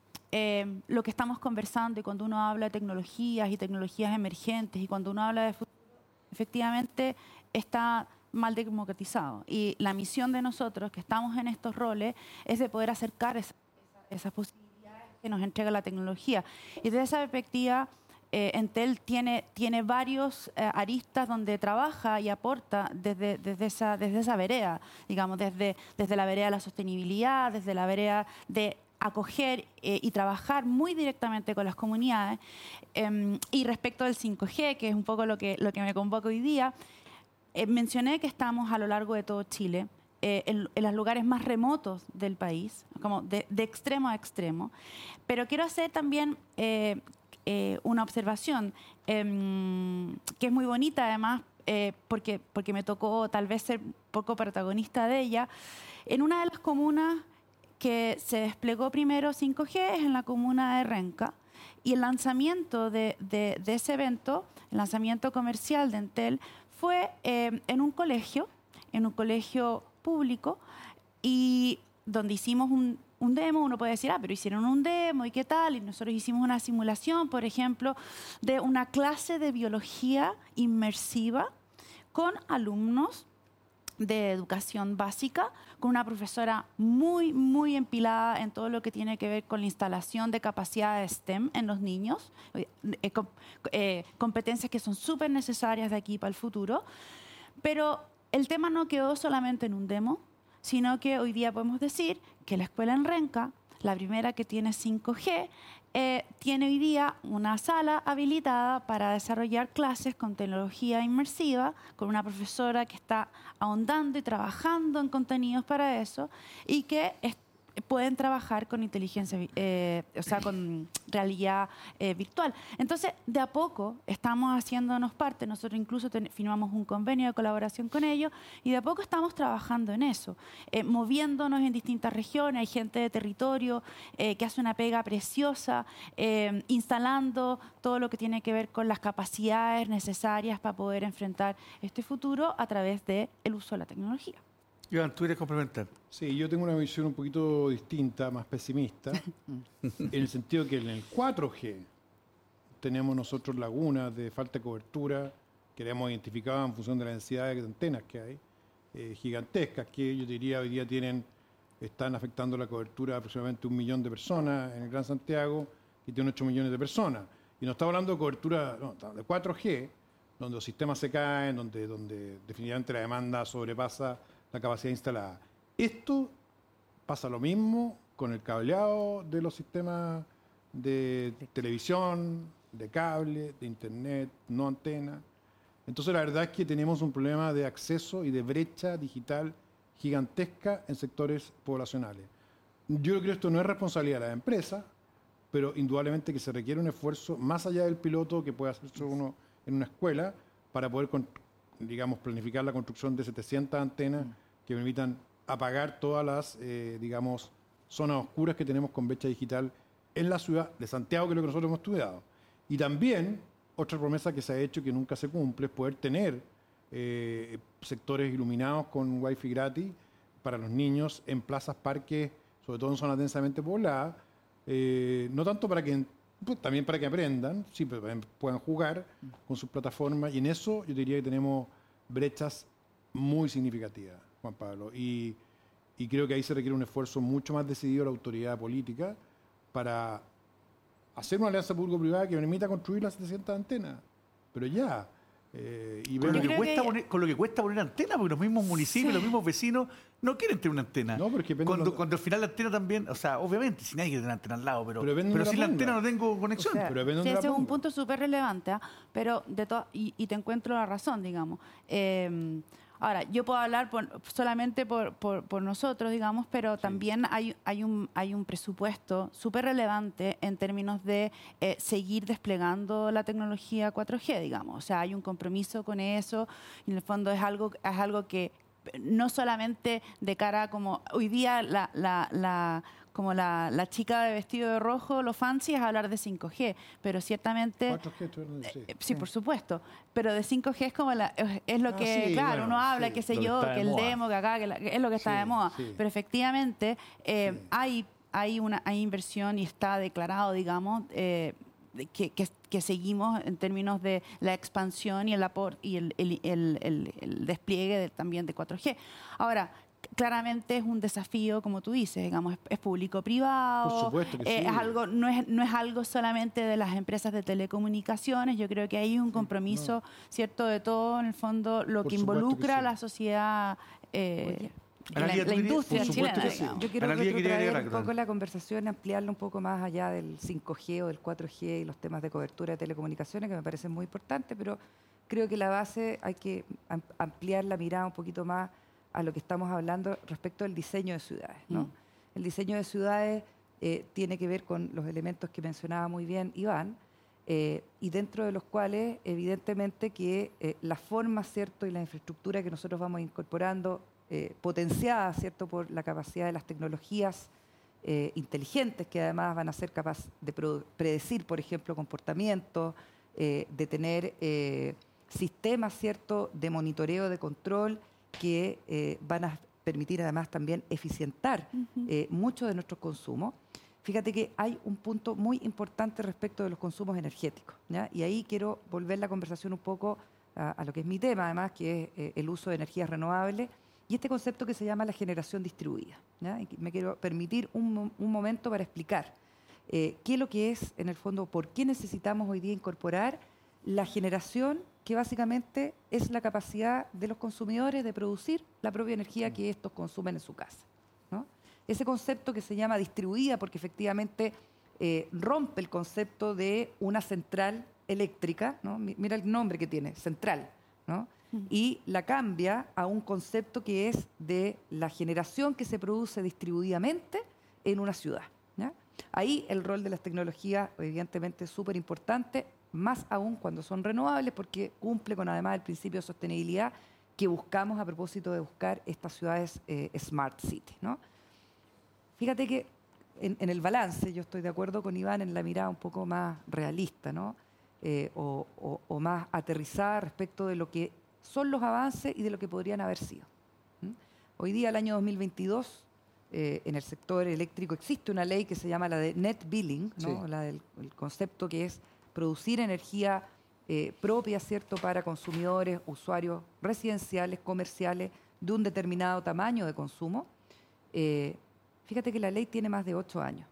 eh, lo que estamos conversando, y cuando uno habla de tecnologías y tecnologías emergentes, y cuando uno habla de futuro, efectivamente está mal democratizado. Y la misión de nosotros, que estamos en estos roles, es de poder acercar esa, esa, esas posibilidades que nos entrega la tecnología. Y desde esa perspectiva, eh, Entel tiene, tiene varios eh, aristas donde trabaja y aporta desde, desde, esa, desde esa vereda, digamos, desde, desde la vereda de la sostenibilidad, desde la vereda de acoger eh, y trabajar muy directamente con las comunidades. Eh, y respecto del cinco G, que es un poco lo que, lo que me convoca hoy día, eh, mencioné que estamos a lo largo de todo Chile, eh, en, en los lugares más remotos del país, como de, de extremo a extremo. Pero quiero hacer también eh, eh, una observación eh, que es muy bonita, además, eh, porque, porque me tocó tal vez ser un poco protagonista de ella. En una de las comunas que se desplegó primero cinco G es en la comuna de Renca, y el lanzamiento de, de, de ese evento, el lanzamiento comercial de Entel, fue eh, en un colegio, en un colegio público, y donde hicimos un, un demo. Uno puede decir, ah, pero hicieron un demo y qué tal, y nosotros hicimos una simulación, por ejemplo, de una clase de biología inmersiva con alumnos de educación básica, con una profesora muy, muy empilada en todo lo que tiene que ver con la instalación de capacidades STEM en los niños, eh, eh, competencias que son súper necesarias de aquí para el futuro. Pero el tema no quedó solamente en un demo, sino que hoy día podemos decir que la escuela en Renca, la primera que tiene cinco G, eh, tiene hoy día una sala habilitada para desarrollar clases con tecnología inmersiva, con una profesora que está ahondando y trabajando en contenidos para eso, y que es, pueden trabajar con inteligencia, eh, o sea, con realidad eh, virtual. Entonces, de a poco estamos haciéndonos parte. Nosotros incluso ten, firmamos un convenio de colaboración con ellos, y de a poco estamos trabajando en eso, eh, moviéndonos en distintas regiones. Hay gente de territorio eh, que hace una pega preciosa, eh, instalando todo lo que tiene que ver con las capacidades necesarias para poder enfrentar este futuro a través del uso de la tecnología. Iván, ¿tú quieres complementar? Sí, yo tengo una visión un poquito distinta, más pesimista, en el sentido que en el cuatro G tenemos nosotros lagunas de falta de cobertura que hemos identificado en función de la densidad de antenas que hay, eh, gigantescas, que yo diría hoy día tienen, están afectando la cobertura de aproximadamente un millón de personas en el Gran Santiago, y tiene ocho millones de personas. Y no estamos hablando de cobertura no, de cuatro G, donde los sistemas se caen, donde, donde definitivamente la demanda sobrepasa la capacidad instalada. Esto pasa lo mismo con el cableado de los sistemas de televisión, de cable, de internet, no antena. Entonces la verdad es que tenemos un problema de acceso y de brecha digital gigantesca en sectores poblacionales. Yo creo que esto no es responsabilidad de la empresa, pero indudablemente que se requiere un esfuerzo más allá del piloto que puede hacerse uno en una escuela para poder, digamos, planificar la construcción de setecientas antenas que permitan apagar todas las, eh, digamos, zonas oscuras que tenemos con brecha digital en la ciudad de Santiago, que es lo que nosotros hemos estudiado. Y también, otra promesa que se ha hecho que nunca se cumple, es poder tener eh, sectores iluminados con wifi gratis para los niños en plazas, parques, sobre todo en zonas densamente pobladas, eh, no tanto para que, pues, también para que aprendan, sí, pero también puedan jugar con sus plataformas, y en eso yo diría que tenemos brechas muy significativas, Juan Pablo, y, y creo que ahí se requiere un esfuerzo mucho más decidido de la autoridad política para hacer una alianza público-privada que permita construir las setecientas antenas, pero ya. Eh, y con, lo que cuesta que... Poner, con lo que cuesta poner antena, porque los mismos municipios, sí. los mismos vecinos no quieren tener una antena. No, porque cuando, los... cuando al final la antena también, o sea, obviamente, si nadie quiere tener antena al lado, pero, pero, pero si la antena no tengo conexión. O sea, pero sí, ese es un punto súper relevante, ¿eh? Pero de to y, y te encuentro la razón, digamos. Eh, Ahora, yo puedo hablar por, solamente por, por, por nosotros, digamos, pero sí. también hay, hay, un, hay un presupuesto súper relevante en términos de eh, seguir desplegando la tecnología cuatro G, digamos. O sea, hay un compromiso con eso, y en el fondo es algo, es algo que no solamente de cara como hoy día la... la, la como la, la chica de vestido de rojo, lo fancy es hablar de cinco G, pero ciertamente... cuatro G, tú eres, sí. Eh, sí, por supuesto, pero de cinco G es como la, es lo que, ah, sí, claro, bueno, uno habla, sí, qué sé yo, que el moda. demo, que acá, que, la, que es lo que está sí, de moda, sí. pero efectivamente eh, sí. hay, hay, una, hay inversión y está declarado, digamos, eh, que, que, que seguimos en términos de la expansión y el aporte y el, el, el, el, el despliegue de, también de cuatro G. Ahora, claramente es un desafío, como tú dices, digamos, es, es público-privado. Por supuesto que eh, sí. Es algo, no, es, no es algo solamente de las empresas de telecomunicaciones. Yo creo que hay un compromiso, no. ¿cierto?, de todo, en el fondo, lo Por que involucra que sí. a la sociedad. Eh, la, la industria chilena. Sí. Yo quiero retrotraer un poco la conversación, ampliarla un poco más allá del cinco G o del cuatro G y los temas de cobertura de telecomunicaciones, que me parecen muy importantes, pero creo que la base hay que ampliar la mirada un poquito más a lo que estamos hablando respecto del diseño de ciudades, ¿no? Mm. El diseño de ciudades eh, tiene que ver con los elementos que mencionaba muy bien Iván, eh, y dentro de los cuales, evidentemente, que eh, la forma, ¿cierto?, y la infraestructura que nosotros vamos incorporando, eh, potenciada, ¿cierto?, por la capacidad de las tecnologías eh, inteligentes, que además van a ser capaces de predecir, por ejemplo, comportamientos, eh, de tener eh, sistemas, ¿cierto?, de monitoreo, de control, que eh, van a permitir además también eficientar uh-huh. eh, mucho de nuestros consumos. Fíjate que hay un punto muy importante respecto de los consumos energéticos, ¿ya? Y ahí quiero volver la conversación un poco a, a lo que es mi tema, además, que es eh, el uso de energías renovables y este concepto que se llama la generación distribuida, ¿ya? Y me quiero permitir un, un momento para explicar eh, qué es lo que es, en el fondo, por qué necesitamos hoy día incorporar la generación, que básicamente es la capacidad de los consumidores de producir la propia energía que estos consumen en su casa, ¿no? Ese concepto que se llama distribuida, porque efectivamente eh, rompe el concepto de una central eléctrica, ¿no? Mira el nombre que tiene, central, ¿no? Mm. Y la cambia a un concepto que es de la generación que se produce distribuidamente en una ciudad, ¿ya? Ahí el rol de las tecnologías, evidentemente, es súper importante, más aún cuando son renovables, porque cumple con además el principio de sostenibilidad que buscamos a propósito de buscar estas ciudades eh, Smart City, ¿no? Fíjate que en, en el balance, yo estoy de acuerdo con Iván en la mirada un poco más realista, ¿no? Eh, o, o, o más aterrizada respecto de lo que son los avances y de lo que podrían haber sido. ¿Mm? Hoy día, el año dos mil veintidós, eh, en el sector eléctrico existe una ley que se llama la de Net Billing, ¿no? Sí. La del el concepto que es producir energía eh, propia, ¿cierto?, para consumidores, usuarios residenciales, comerciales, de un determinado tamaño de consumo. Eh, fíjate que la ley tiene más de ocho años.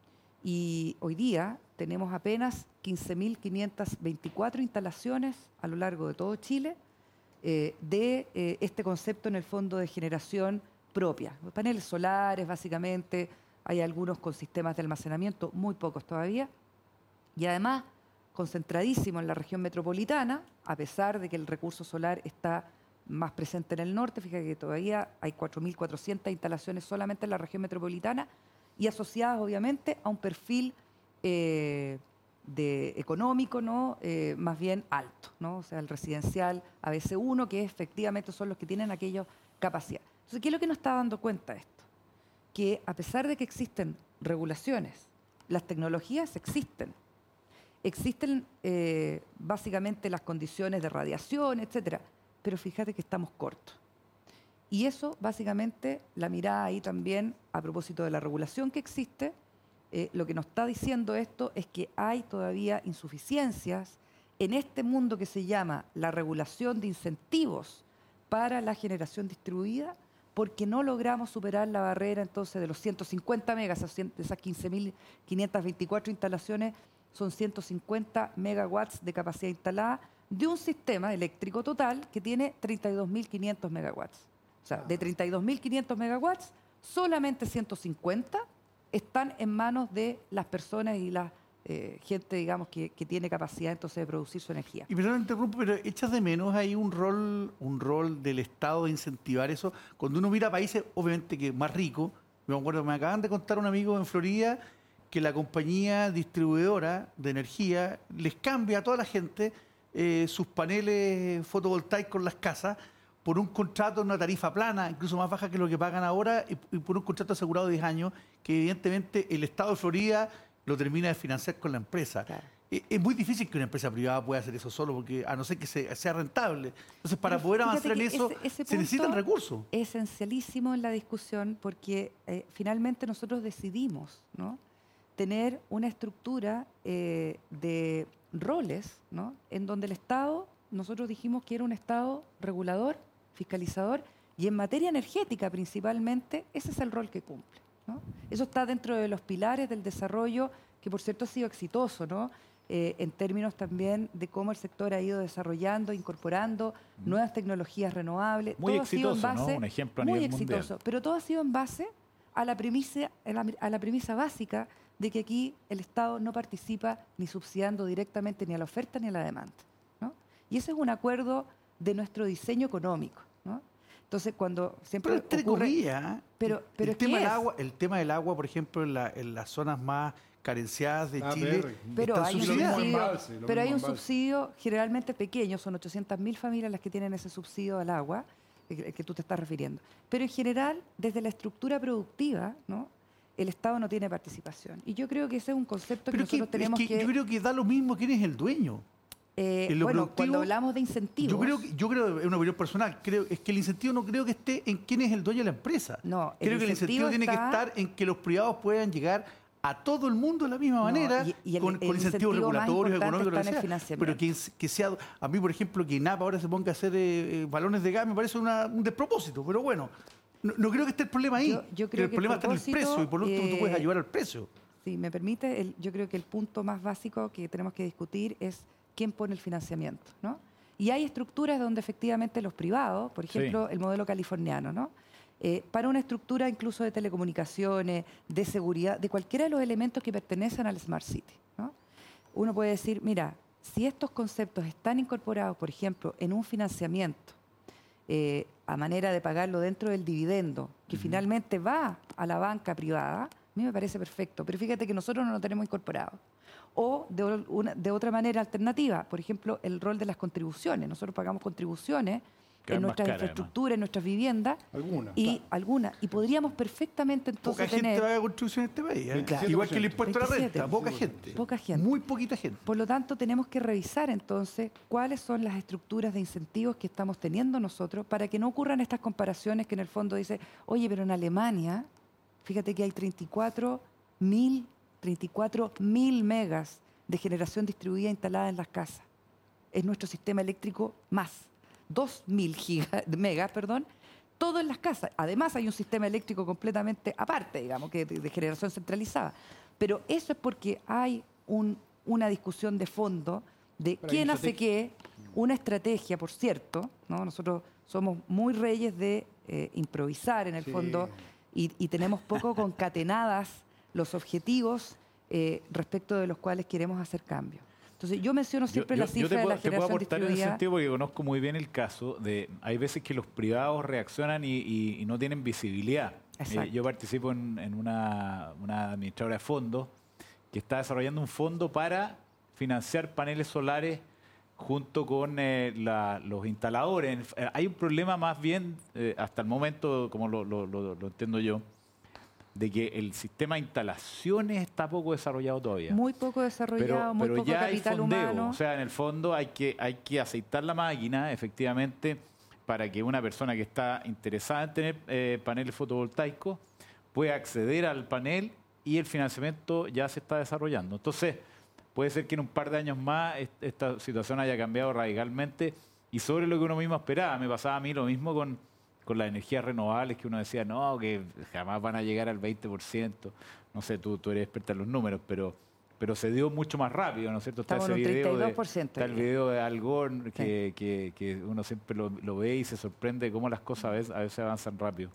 Y hoy día tenemos apenas quince mil quinientas veinticuatro instalaciones a lo largo de todo Chile eh, de eh, este concepto, en el fondo, de generación propia. Paneles solares, básicamente, hay algunos con sistemas de almacenamiento, muy pocos todavía. Y además, concentradísimo en la región metropolitana, a pesar de que el recurso solar está más presente en el norte. Fíjate que todavía hay cuatro mil cuatrocientas instalaciones solamente en la región metropolitana y asociadas, obviamente, a un perfil eh, de económico, ¿no? Eh, más bien alto, ¿no? O sea, el residencial A B C uno, que efectivamente son los que tienen aquella capacidad. Entonces, ¿qué es lo que nos está dando cuenta esto? Que a pesar de que existen regulaciones, las tecnologías existen. Existen eh, básicamente las condiciones de radiación, etcétera, pero fíjate que estamos cortos. Y eso, básicamente, la mirada ahí también, a propósito de la regulación que existe, eh, lo que nos está diciendo esto es que hay todavía insuficiencias en este mundo que se llama la regulación de incentivos para la generación distribuida, porque no logramos superar la barrera entonces de los ciento cincuenta megas, esas quince mil quinientas veinticuatro instalaciones, son ciento cincuenta megawatts de capacidad instalada de un sistema eléctrico total que tiene treinta y dos mil quinientos megawatts. O sea, de treinta y dos mil quinientos megawatts, solamente ciento cincuenta están en manos de las personas y la eh, gente, digamos, que, que tiene capacidad entonces de producir su energía. Y perdón, interrumpo, pero echas de menos ahí un rol, un rol del Estado de incentivar eso. Cuando uno mira países, obviamente, que más ricos, me acuerdo, me acaban de contar un amigo en Florida que la compañía distribuidora de energía les cambia a toda la gente eh, sus paneles fotovoltaicos en las casas por un contrato, una tarifa plana, incluso más baja que lo que pagan ahora, y, y por un contrato asegurado de diez años, que evidentemente el Estado de Florida lo termina de financiar con la empresa. Claro. Es, es muy difícil que una empresa privada pueda hacer eso solo, porque a no ser que se, sea rentable. Entonces, para Pero poder avanzar en eso, ese, ese se necesitan recursos. Es esencialísimo en la discusión, porque eh, finalmente nosotros decidimos, ¿no?, tener una estructura eh, de roles, ¿no?, en donde el Estado, nosotros dijimos que era un Estado regulador, fiscalizador, y en materia energética principalmente, ese es el rol que cumple, ¿no? Eso está dentro de los pilares del desarrollo, que por cierto ha sido exitoso, ¿no? eh, en términos también de cómo el sector ha ido desarrollando, incorporando mm. nuevas tecnologías renovables. Muy todo exitoso, ha sido en base, ¿no? Un ejemplo a muy nivel exitoso, mundial. Pero todo ha sido en base a la premisa, a la, a la premisa básica de que aquí el Estado no participa ni subsidiando directamente ni a la oferta ni a la demanda, ¿no? Y ese es un acuerdo de nuestro diseño económico, ¿no? Entonces, cuando siempre pero entre ocurre... comillas, pero, pero el, tema del agua, el tema del agua, por ejemplo, en, la, en las zonas más carenciadas de ah, Chile, pero hay un subsidio, embalse, pero hay un subsidio generalmente pequeño, son ochocientas mil familias las que tienen ese subsidio al agua, el que tú te estás refiriendo. Pero en general, desde la estructura productiva, ¿no?, el Estado no tiene participación. Y yo creo que ese es un concepto que pero nosotros que, tenemos es que, que... Yo creo que da lo mismo quién es el dueño. Eh, bueno, productivo, cuando hablamos de incentivos... Yo creo, que, yo creo, es una opinión personal, creo, es que el incentivo no creo que esté en quién es el dueño de la empresa. No, creo que el incentivo está... tiene que estar en que los privados puedan llegar a todo el mundo de la misma manera, no, y, y el, con, el con incentivos regulatorios, económicos, lo que sea. Pero que, que sea, a mí, por ejemplo, que INAP ahora se ponga a hacer eh, balones de gas, me parece una, un despropósito, pero bueno, no, no creo que esté el problema ahí. Yo, yo creo el que problema el está en el precio y por lo tanto eh, tú puedes ayudar al precio. Si me permite, el, yo creo que el punto más básico que tenemos que discutir es quién pone el financiamiento, ¿no? Y hay estructuras donde efectivamente los privados, por ejemplo, sí. el modelo californiano, ¿no? Eh, para una estructura incluso de telecomunicaciones, de seguridad, de cualquiera de los elementos que pertenecen al Smart City, ¿no? Uno puede decir, mira, si estos conceptos están incorporados, por ejemplo, en un financiamiento, eh, a manera de pagarlo dentro del dividendo, que uh-huh. finalmente va a la banca privada, a mí me parece perfecto, pero fíjate que nosotros no lo tenemos incorporado. O de, una, de otra manera alternativa, por ejemplo, el rol de las contribuciones. Nosotros pagamos contribuciones que en nuestras infraestructuras, en nuestras viviendas. Algunas. Y claro. algunas. Y podríamos perfectamente entonces poca tener... gente paga contribución en este país. ¿eh? Claro. Igual que el impuesto a la renta. Poca gente. Poca gente. Muy poquita gente. Por lo tanto, tenemos que revisar entonces cuáles son las estructuras de incentivos que estamos teniendo nosotros para que no ocurran estas comparaciones que en el fondo dice, oye, pero en Alemania, fíjate que hay treinta y cuatro mil megas de generación distribuida instalada en las casas. Es nuestro sistema eléctrico más. dos mil megas, perdón, todo en las casas. Además hay un sistema eléctrico completamente aparte, digamos, que de, de generación centralizada. Pero eso es porque hay un, una discusión de fondo de Pero quién hace qué, una estrategia, por cierto, ¿no? Nosotros somos muy reyes de eh, improvisar en el sí. fondo y, y tenemos poco concatenadas los objetivos eh, respecto de los cuales queremos hacer cambios. Entonces, yo menciono siempre yo, la cifra yo de la puedo, generación distribuida. Te puedo aportar en ese sentido porque conozco muy bien el caso de... Hay veces que los privados reaccionan y, y, y no tienen visibilidad. Eh, yo participo en, en una, una administradora de fondos que está desarrollando un fondo para financiar paneles solares junto con eh, la, los instaladores. Eh, hay un problema más bien, eh, hasta el momento, como lo, lo, lo, lo entiendo yo, de que el sistema de instalaciones está poco desarrollado todavía. Muy poco desarrollado, pero, muy pero poco ya capital hay fondeo, humano. O sea, en el fondo hay que, hay que aceitar la máquina, efectivamente, para que una persona que está interesada en tener eh, paneles fotovoltaicos pueda acceder al panel y el financiamiento ya se está desarrollando. Entonces, puede ser que en un par de años más esta situación haya cambiado radicalmente y sobre lo que uno mismo esperaba. Me pasaba a mí lo mismo con... con las energías renovables, que uno decía, no, que jamás van a llegar al veinte por ciento. No sé, tú, tú eres experta en los números, pero, pero se dio mucho más rápido, ¿no es cierto? Está ese video de, está el video de Al Gore, que, sí. que, que uno siempre lo, lo ve y se sorprende de cómo las cosas a veces, a veces avanzan rápido.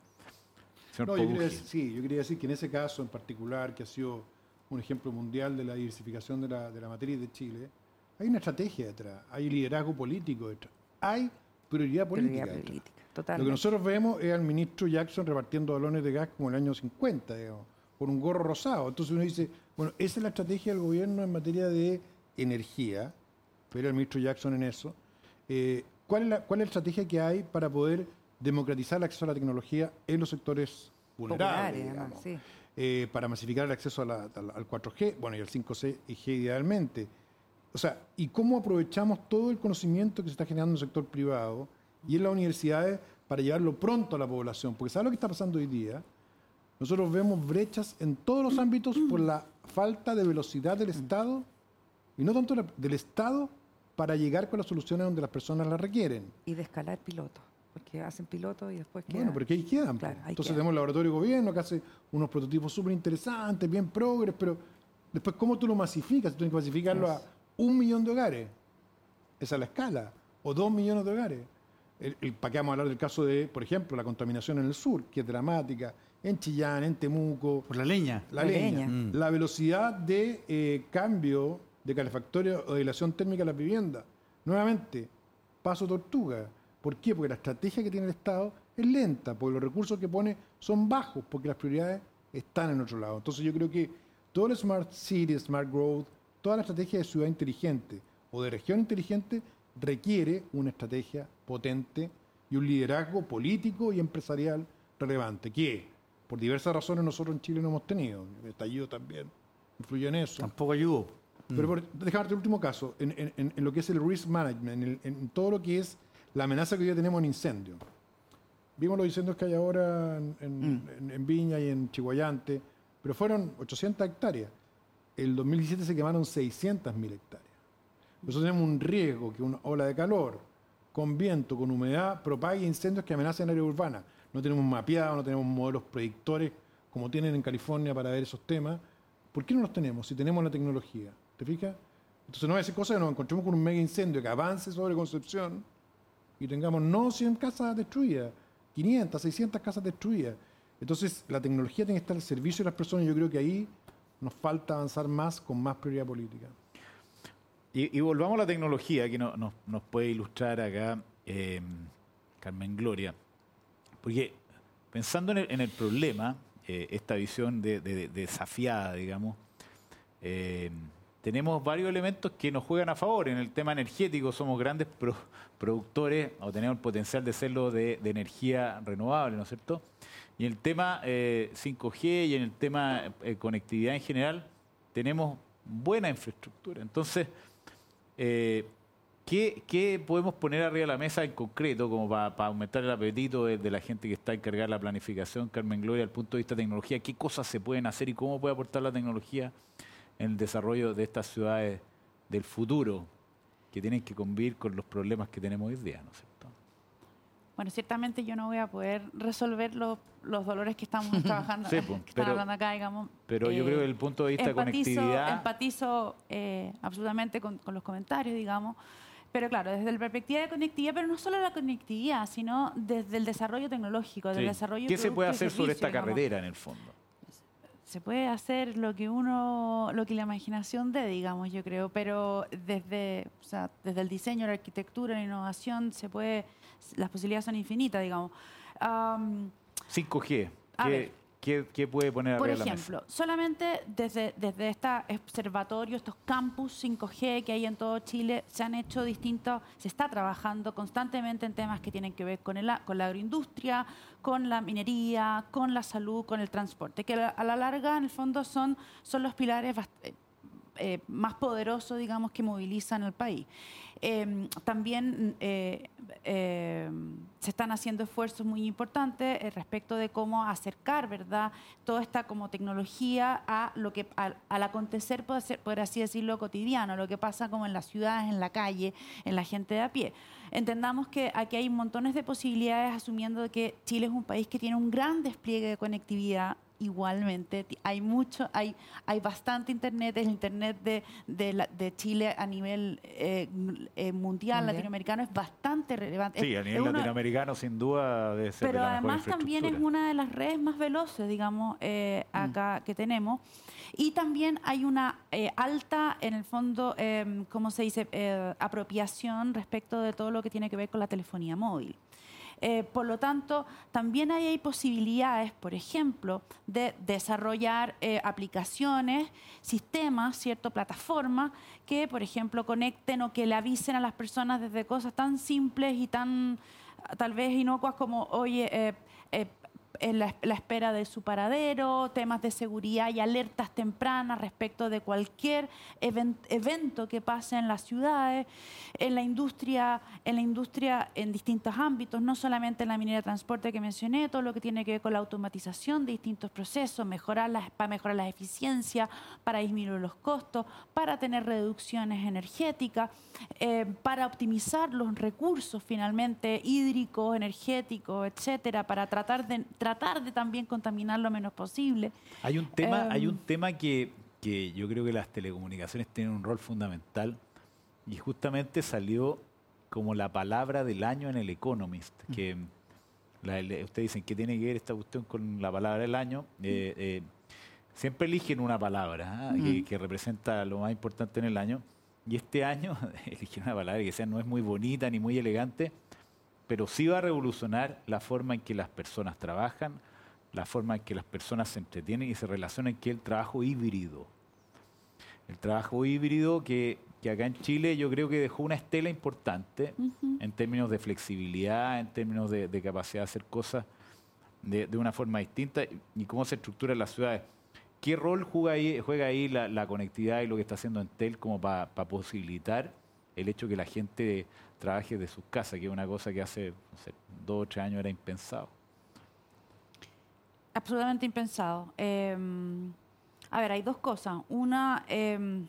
No, yo quería decir, sí, yo quería decir que en ese caso en particular, que ha sido un ejemplo mundial de la diversificación de la, de la matriz de Chile, hay una estrategia detrás, hay liderazgo político detrás, hay prioridad política. Prioridad política. Totalmente. Lo que nosotros vemos es al ministro Jackson repartiendo balones de gas como en el año cincuenta, digamos, con un gorro rosado. Entonces uno dice, bueno, esa es la estrategia del gobierno en materia de energía, pero el ministro Jackson en eso. Eh, ¿cuál, es la, ¿Cuál es la estrategia que hay para poder democratizar el acceso a la tecnología en los sectores vulnerables, digamos, sí. eh, para masificar el acceso a la, a, al cuatro G, bueno, y al cinco G idealmente? O sea, ¿y cómo aprovechamos todo el conocimiento que se está generando en el sector privado y en las universidades para llevarlo pronto a la población? Porque ¿sabes lo que está pasando hoy día? Nosotros vemos brechas en todos los ámbitos por la falta de velocidad del Estado, y no tanto del Estado, para llegar con las soluciones donde las personas las requieren. Y de escalar pilotos, porque hacen pilotos y después quedan. Bueno, porque ahí quedan. Claro, ahí Entonces quedan. Tenemos el laboratorio de gobierno que hace unos prototipos súper interesantes, bien progres, pero después ¿cómo tú lo masificas? Tú tienes que masificarlo a un millón de hogares. Esa es la escala. O dos millones de hogares. El, el, ¿Para qué vamos a hablar del caso de, por ejemplo, la contaminación en el sur, que es dramática, en Chillán, en Temuco? Por la leña. La, la leña. leña. Mm. La velocidad de eh, cambio de calefactoria o de aislación térmica de las viviendas. Nuevamente, paso tortuga. ¿Por qué? Porque la estrategia que tiene el Estado es lenta, porque los recursos que pone son bajos, porque las prioridades están en otro lado. Entonces yo creo que todo el Smart City, Smart Growth, toda la estrategia de ciudad inteligente o de región inteligente requiere una estrategia potente y un liderazgo político y empresarial relevante, que por diversas razones nosotros en Chile no hemos tenido. El estallido también influyó en eso. Tampoco ayudó. Pero por, déjame darte el último caso, en, en, en lo que es el risk management, en, el, en todo lo que es la amenaza que hoy día tenemos en incendios. Vimos los incendios que hay ahora en, en, mm. en, en Viña y en Chihuayante, pero fueron ochocientas hectáreas. El dos mil diecisiete se quemaron seiscientas mil hectáreas. Nosotros tenemos un riesgo que una ola de calor, con viento, con humedad, propague incendios que amenacen áreas urbanas. No tenemos mapeado, no tenemos modelos predictores como tienen en California para ver esos temas. ¿Por qué no los tenemos si tenemos la tecnología? ¿Te fijas? Entonces no va a ser cosa que nos encontremos con un mega incendio que avance sobre Concepción y tengamos no cien casas destruidas, quinientas, seiscientas casas destruidas. Entonces la tecnología tiene que estar al servicio de las personas y yo creo que ahí nos falta avanzar más con más prioridad política. Y, y volvamos a la tecnología, que no, no, nos puede ilustrar acá eh, Carmen Gloria. Porque pensando en el, en el problema, eh, esta visión de, de, de desafiada, digamos, eh, tenemos varios elementos que nos juegan a favor. En el tema energético somos grandes pro, productores, o tenemos el potencial de serlo, de, de energía renovable, ¿no es cierto? Y en el tema eh, cinco G y en el tema eh, conectividad en general, tenemos buena infraestructura. Entonces, eh, ¿qué, ¿qué podemos poner arriba de la mesa en concreto como para pa aumentar el apetito de, de la gente que está encargada de la planificación, Carmen Gloria, desde el punto de vista de tecnología? ¿Qué cosas se pueden hacer y cómo puede aportar la tecnología en el desarrollo de estas ciudades del futuro que tienen que convivir con los problemas que tenemos hoy día, ¿no es cierto? Bueno, ciertamente yo no voy a poder resolver los, los dolores que estamos trabajando, sí, pues, que pero, están hablando acá, digamos. Pero eh, yo creo que desde el punto de vista empatizo, de conectividad... Empatizo eh, absolutamente con, con los comentarios, digamos. Pero claro, desde la perspectiva de conectividad, pero no solo la conectividad, sino desde el desarrollo tecnológico, desde sí. el desarrollo ¿Qué se puede hacer servicio, sobre esta digamos? carretera, en el fondo? Se puede hacer lo que uno, lo que la imaginación dé, digamos, yo creo, pero desde, o sea, desde el diseño, la arquitectura, la innovación, se puede, las posibilidades son infinitas, digamos. Um, cinco G, ¿qué, ¿qué, ¿qué puede poner por arriba de la ejemplo, mesa? solamente desde, desde este observatorio, estos campus cinco G que hay en todo Chile, se han hecho distintos, se está trabajando constantemente en temas que tienen que ver con, el, con la agroindustria, con la minería, con la salud, con el transporte, que a la larga, en el fondo, son, son los pilares eh, más poderosos, digamos, que movilizan al país. Eh, también eh, eh, se están haciendo esfuerzos muy importantes eh, respecto de cómo acercar, ¿verdad?, toda esta como tecnología a lo que al, al acontecer, por, ser, por así decirlo, cotidiano, lo que pasa como en las ciudades, en la calle, en la gente de a pie. Entendamos que aquí hay montones de posibilidades, asumiendo que Chile es un país que tiene un gran despliegue de conectividad. Igualmente, hay mucho, hay, hay bastante internet, el internet de, de, la, de Chile a nivel eh, eh, mundial, mundial, latinoamericano, es bastante relevante. Sí, a nivel uno, latinoamericano sin duda debe ser pero de la además también es una de las redes más veloces, digamos, eh, acá mm. que tenemos. Y también hay una eh, alta, en el fondo, eh, ¿cómo se dice?, eh, apropiación respecto de todo lo que tiene que ver con la telefonía móvil. Eh, por lo tanto, también hay, hay posibilidades, por ejemplo, de desarrollar eh, aplicaciones, sistemas, cierto, plataformas que, por ejemplo, conecten o que le avisen a las personas desde cosas tan simples y tan, tal vez, inocuas como, oye, eh, eh, en la, la espera de su paradero, temas de seguridad y alertas tempranas respecto de cualquier event, evento que pase en las ciudades, en la industria, en la industria en distintos ámbitos, no solamente en la minería de transporte que mencioné, todo lo que tiene que ver con la automatización de distintos procesos, mejorar las, para mejorar la eficiencia, para disminuir los costos, para tener reducciones energéticas, eh, para optimizar los recursos finalmente hídricos, energéticos, etcétera, para tratar de tratar de también contaminar lo menos posible. Hay un tema, um, hay un tema que, que yo creo que las telecomunicaciones tienen un rol fundamental y justamente salió como la palabra del año en el Economist, que la, ustedes dicen que tiene que ver esta cuestión con la palabra del año. Eh, eh, siempre eligen una palabra ¿eh? que, que representa lo más importante en el año, y este año eligieron una palabra que sea, no es muy bonita ni muy elegante, pero sí va a revolucionar la forma en que las personas trabajan, la forma en que las personas se entretienen y se relacionan, que es el trabajo híbrido. El trabajo híbrido que, que acá en Chile yo creo que dejó una estela importante uh-huh. en términos de flexibilidad, en términos de, de capacidad de hacer cosas de, de una forma distinta y cómo se estructura en las ciudades. ¿Qué rol juega ahí, juega ahí la, la conectividad y lo que está haciendo Entel como para pa posibilitar el hecho que la gente trabaje de sus casas, que es una cosa que hace no sé, dos o tres años era impensado? Absolutamente impensado. Eh, a ver, hay dos cosas. Una, eh, en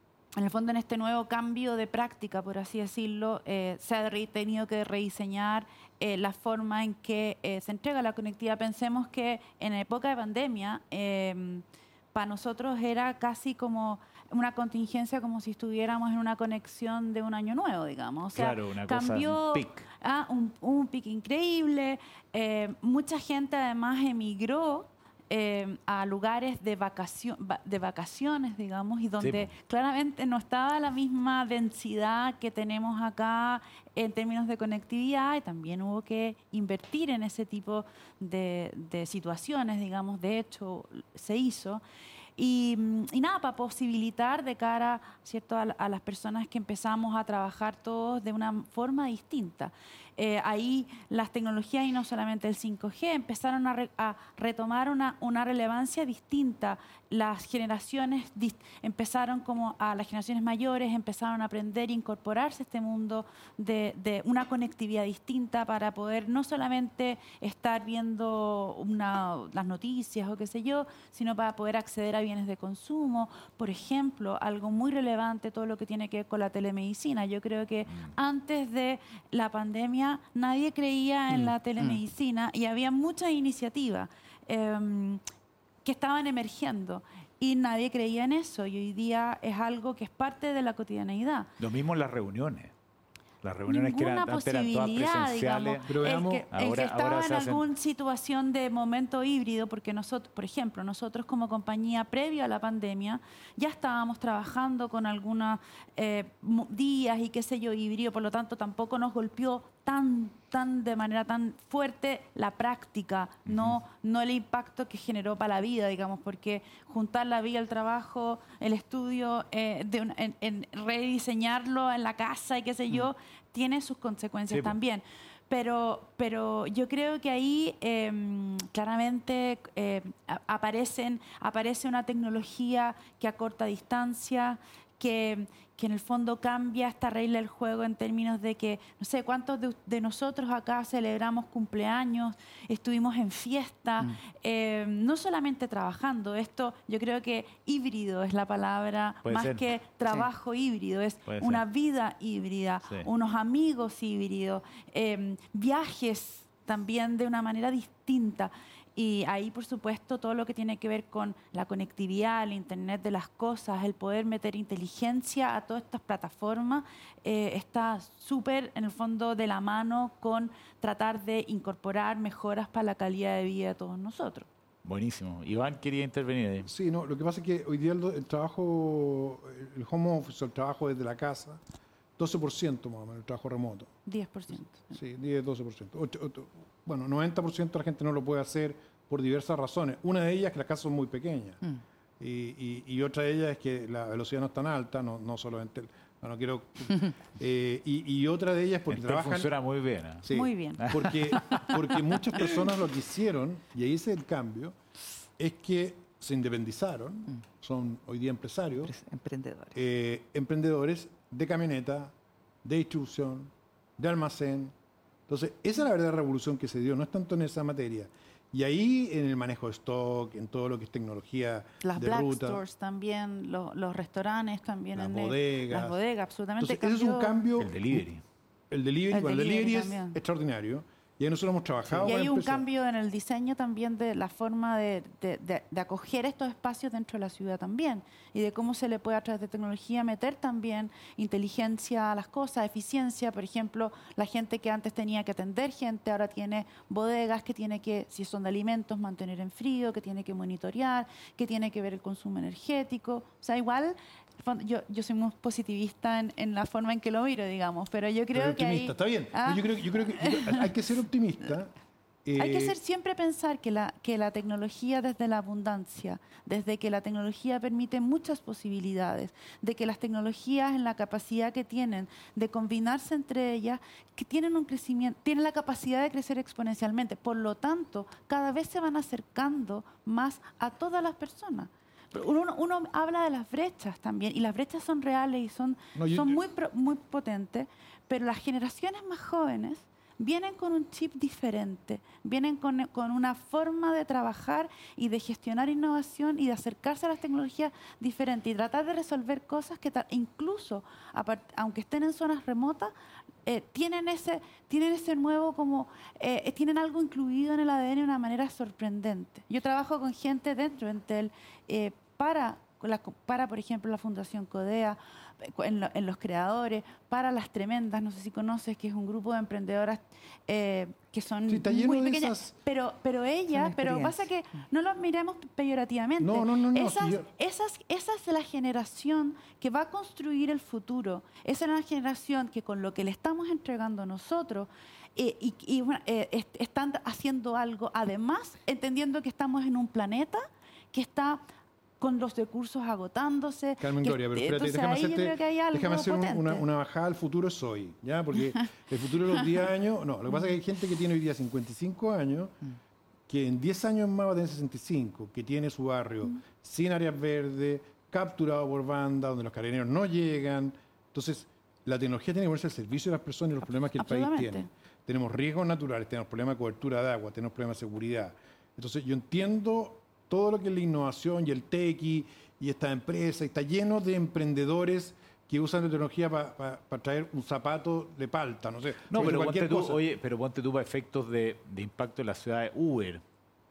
el fondo en este nuevo cambio de práctica, por así decirlo, eh, se ha tenido que rediseñar eh, la forma en que eh, se entrega la conectividad. Pensemos que en época de pandemia, eh, para nosotros era casi como una contingencia, como si estuviéramos en una conexión de un año nuevo, digamos. O sea, claro, una cambió cosa, un pic. Ah, un, un pic increíble. Eh, mucha gente además emigró eh, a lugares de, vacacio de vacaciones, digamos, y donde sí, claramente no estaba la misma densidad que tenemos acá en términos de conectividad, y también hubo que invertir en ese tipo de, de situaciones, digamos. De hecho, se hizo. Y, y nada, para posibilitar de cara, ¿cierto?, a, a las personas que empezamos a trabajar todos de una forma distinta. Eh, ahí las tecnologías, y no solamente el cinco G, empezaron a, re, a retomar una, una relevancia distinta. Las generaciones empezaron como a las generaciones mayores empezaron a aprender e incorporarse a este mundo de, de una conectividad distinta para poder no solamente estar viendo una, las noticias o qué sé yo, sino para poder acceder a bienes de consumo. Por ejemplo, algo muy relevante, todo lo que tiene que ver con la telemedicina. Yo creo que antes de la pandemia nadie creía en la telemedicina y había muchas iniciativas eh, que estaban emergiendo y nadie creía en eso, y hoy día es algo que es parte de la cotidianeidad. Lo mismo en las reuniones. Las reuniones Ninguna que eran, antes eran todas presenciales. Digamos, pero veamos, el que, el ahora, que estaba ahora en hacen... alguna situación de momento híbrido, porque nosotros, por ejemplo, nosotros como compañía previo a la pandemia ya estábamos trabajando con algunos eh, días y qué sé yo, híbrido, por lo tanto tampoco nos golpeó tan, tan de manera tan fuerte la práctica, uh-huh. no, no el impacto que generó para la vida, digamos, porque juntar la vida, el trabajo, el estudio, eh, de un, en, en rediseñarlo en la casa y qué sé uh-huh. yo, tiene sus consecuencias sí, también. Pero, pero yo creo que ahí eh, claramente eh, aparecen, aparece una tecnología que acorta distancia, que, que en el fondo cambia esta regla del juego en términos de que, no sé, cuántos de, de nosotros acá celebramos cumpleaños, estuvimos en fiesta, mm. eh, no solamente trabajando. Esto yo creo que híbrido es la palabra, Puede más ser. que trabajo sí. híbrido, es Puede una ser. vida híbrida, sí. unos amigos híbridos, eh, viajes también de una manera distinta. Y ahí, por supuesto, todo lo que tiene que ver con la conectividad, el Internet de las cosas, el poder meter inteligencia a todas estas plataformas, eh, está súper, en el fondo, de la mano con tratar de incorporar mejoras para la calidad de vida de todos nosotros. Buenísimo. Iván quería intervenir ahí. Sí, no, lo que pasa es que hoy día el, el trabajo, el home office, el trabajo desde la casa, doce por ciento más o menos, el trabajo remoto. diez por ciento. Sí, diez, doce por ciento. ocho, ocho, bueno, noventa por ciento de la gente no lo puede hacer por diversas razones. Una de ellas es que las casas son muy pequeñas. Mm. Y, y, y otra de ellas es que la velocidad no es tan alta, no, no solamente... No, no quiero... eh, y, y otra de ellas es porque Esto trabajan... funciona muy bien. ¿eh? Sí, muy bien. Porque, porque muchas personas lo que hicieron, y ahí es el cambio, es que se independizaron, mm. son hoy día empresarios. Emprendedores. Eh, emprendedores de camioneta, de distribución, de almacén. Entonces, esa es la verdadera revolución que se dio, no es tanto en esa materia. Y ahí en el manejo de stock, en todo lo que es tecnología las de black ruta. Stores también, los, los restaurantes también. Las en bodegas. El, las bodegas, absolutamente. Entonces, ese es un cambio... El delivery. El delivery, el bueno, delivery, el delivery es también. extraordinario. Y ahí nosotros hemos trabajado. Y hay un cambio en el diseño también de la forma de, de, de, de acoger estos espacios dentro de la ciudad también. Y de cómo se le puede a través de tecnología meter también inteligencia a las cosas, eficiencia. Por ejemplo, la gente que antes tenía que atender gente, ahora tiene bodegas que tiene que, si son de alimentos, mantener en frío, que tiene que monitorear, que tiene que ver el consumo energético. O sea, igual... Yo, yo soy muy positivista en, en la forma en que lo miro, digamos, pero yo creo pero que hay... Está bien, ¿Ah? yo, creo, yo creo que hay que ser optimista. Eh, hay que ser siempre pensar que la, que la tecnología desde la abundancia, desde que la tecnología permite muchas posibilidades, de que las tecnologías en la capacidad que tienen de combinarse entre ellas, que tienen un crecimiento, tienen la capacidad de crecer exponencialmente. Por lo tanto, cada vez se van acercando más a todas las personas. Uno, uno habla de las brechas también, y las brechas son reales y son, no, yo, son muy, muy potentes, pero las generaciones más jóvenes vienen con un chip diferente, vienen con, con una forma de trabajar y de gestionar innovación y de acercarse a las tecnologías diferentes y tratar de resolver cosas que incluso, aunque estén en zonas remotas, eh, tienen, ese, tienen ese nuevo como, eh, tienen algo incluido en el A D N de una manera sorprendente. Yo trabajo con gente dentro de Entel eh, para, para, por ejemplo, la Fundación CODEA, En, lo, en los creadores, para las tremendas, no sé si conoces, que es un grupo de emprendedoras eh, que son sí, muy pequeñas, esas... pero, pero ellas, pero pasa que no los miremos peyorativamente. No, no, no, no, esas, si yo... esas, esa es la generación que va a construir el futuro. Esa es la generación que con lo que le estamos entregando nosotros eh, y, y bueno, eh, est están haciendo algo, además, entendiendo que estamos en un planeta que está con los recursos agotándose. Carmen Gloria, pero espérate, déjame, hacerte, déjame hacer una, una bajada al futuro es hoy, ¿ya? Porque el futuro de los diez años... No, lo que pasa es que hay gente que tiene hoy día cincuenta y cinco años, que en diez años más va a tener sesenta y cinco, que tiene su barrio mm. sin áreas verdes, capturado por bandas, donde los carabineros no llegan. Entonces, la tecnología tiene que ponerse al servicio de las personas y los problemas que el país tiene. Tenemos riesgos naturales, tenemos problemas de cobertura de agua, tenemos problemas de seguridad. Entonces, yo entiendo... todo lo que es la innovación y el tequi y esta empresa, está lleno de emprendedores que usan la tecnología para pa, pa traer un zapato de palta, no sé. No, pero ponte, tú, oye, pero ponte tú para efectos de, de impacto en la ciudad de Uber.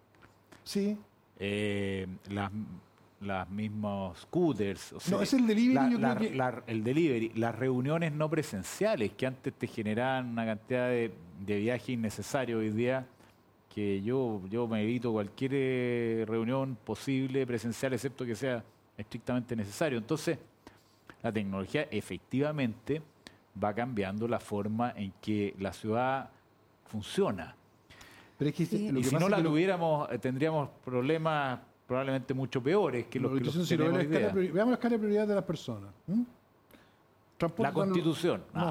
Sí. Eh, las, las mismos scooters. O sea, no, es el delivery. La, yo la, creo que... la, el delivery, las reuniones no presenciales que antes te generaban una cantidad de, de viaje innecesario hoy día. Que yo, yo me evito cualquier eh, reunión posible presencial, excepto que sea estrictamente necesario. Entonces, la tecnología efectivamente va cambiando la forma en que la ciudad funciona. Pero es que sí. lo y que si no la lo... tuviéramos, tendríamos problemas probablemente mucho peores que los no, que los si tenemos la hoy día. Veamos la escala de prioridad de las personas. ¿Mm? La Constitución. No.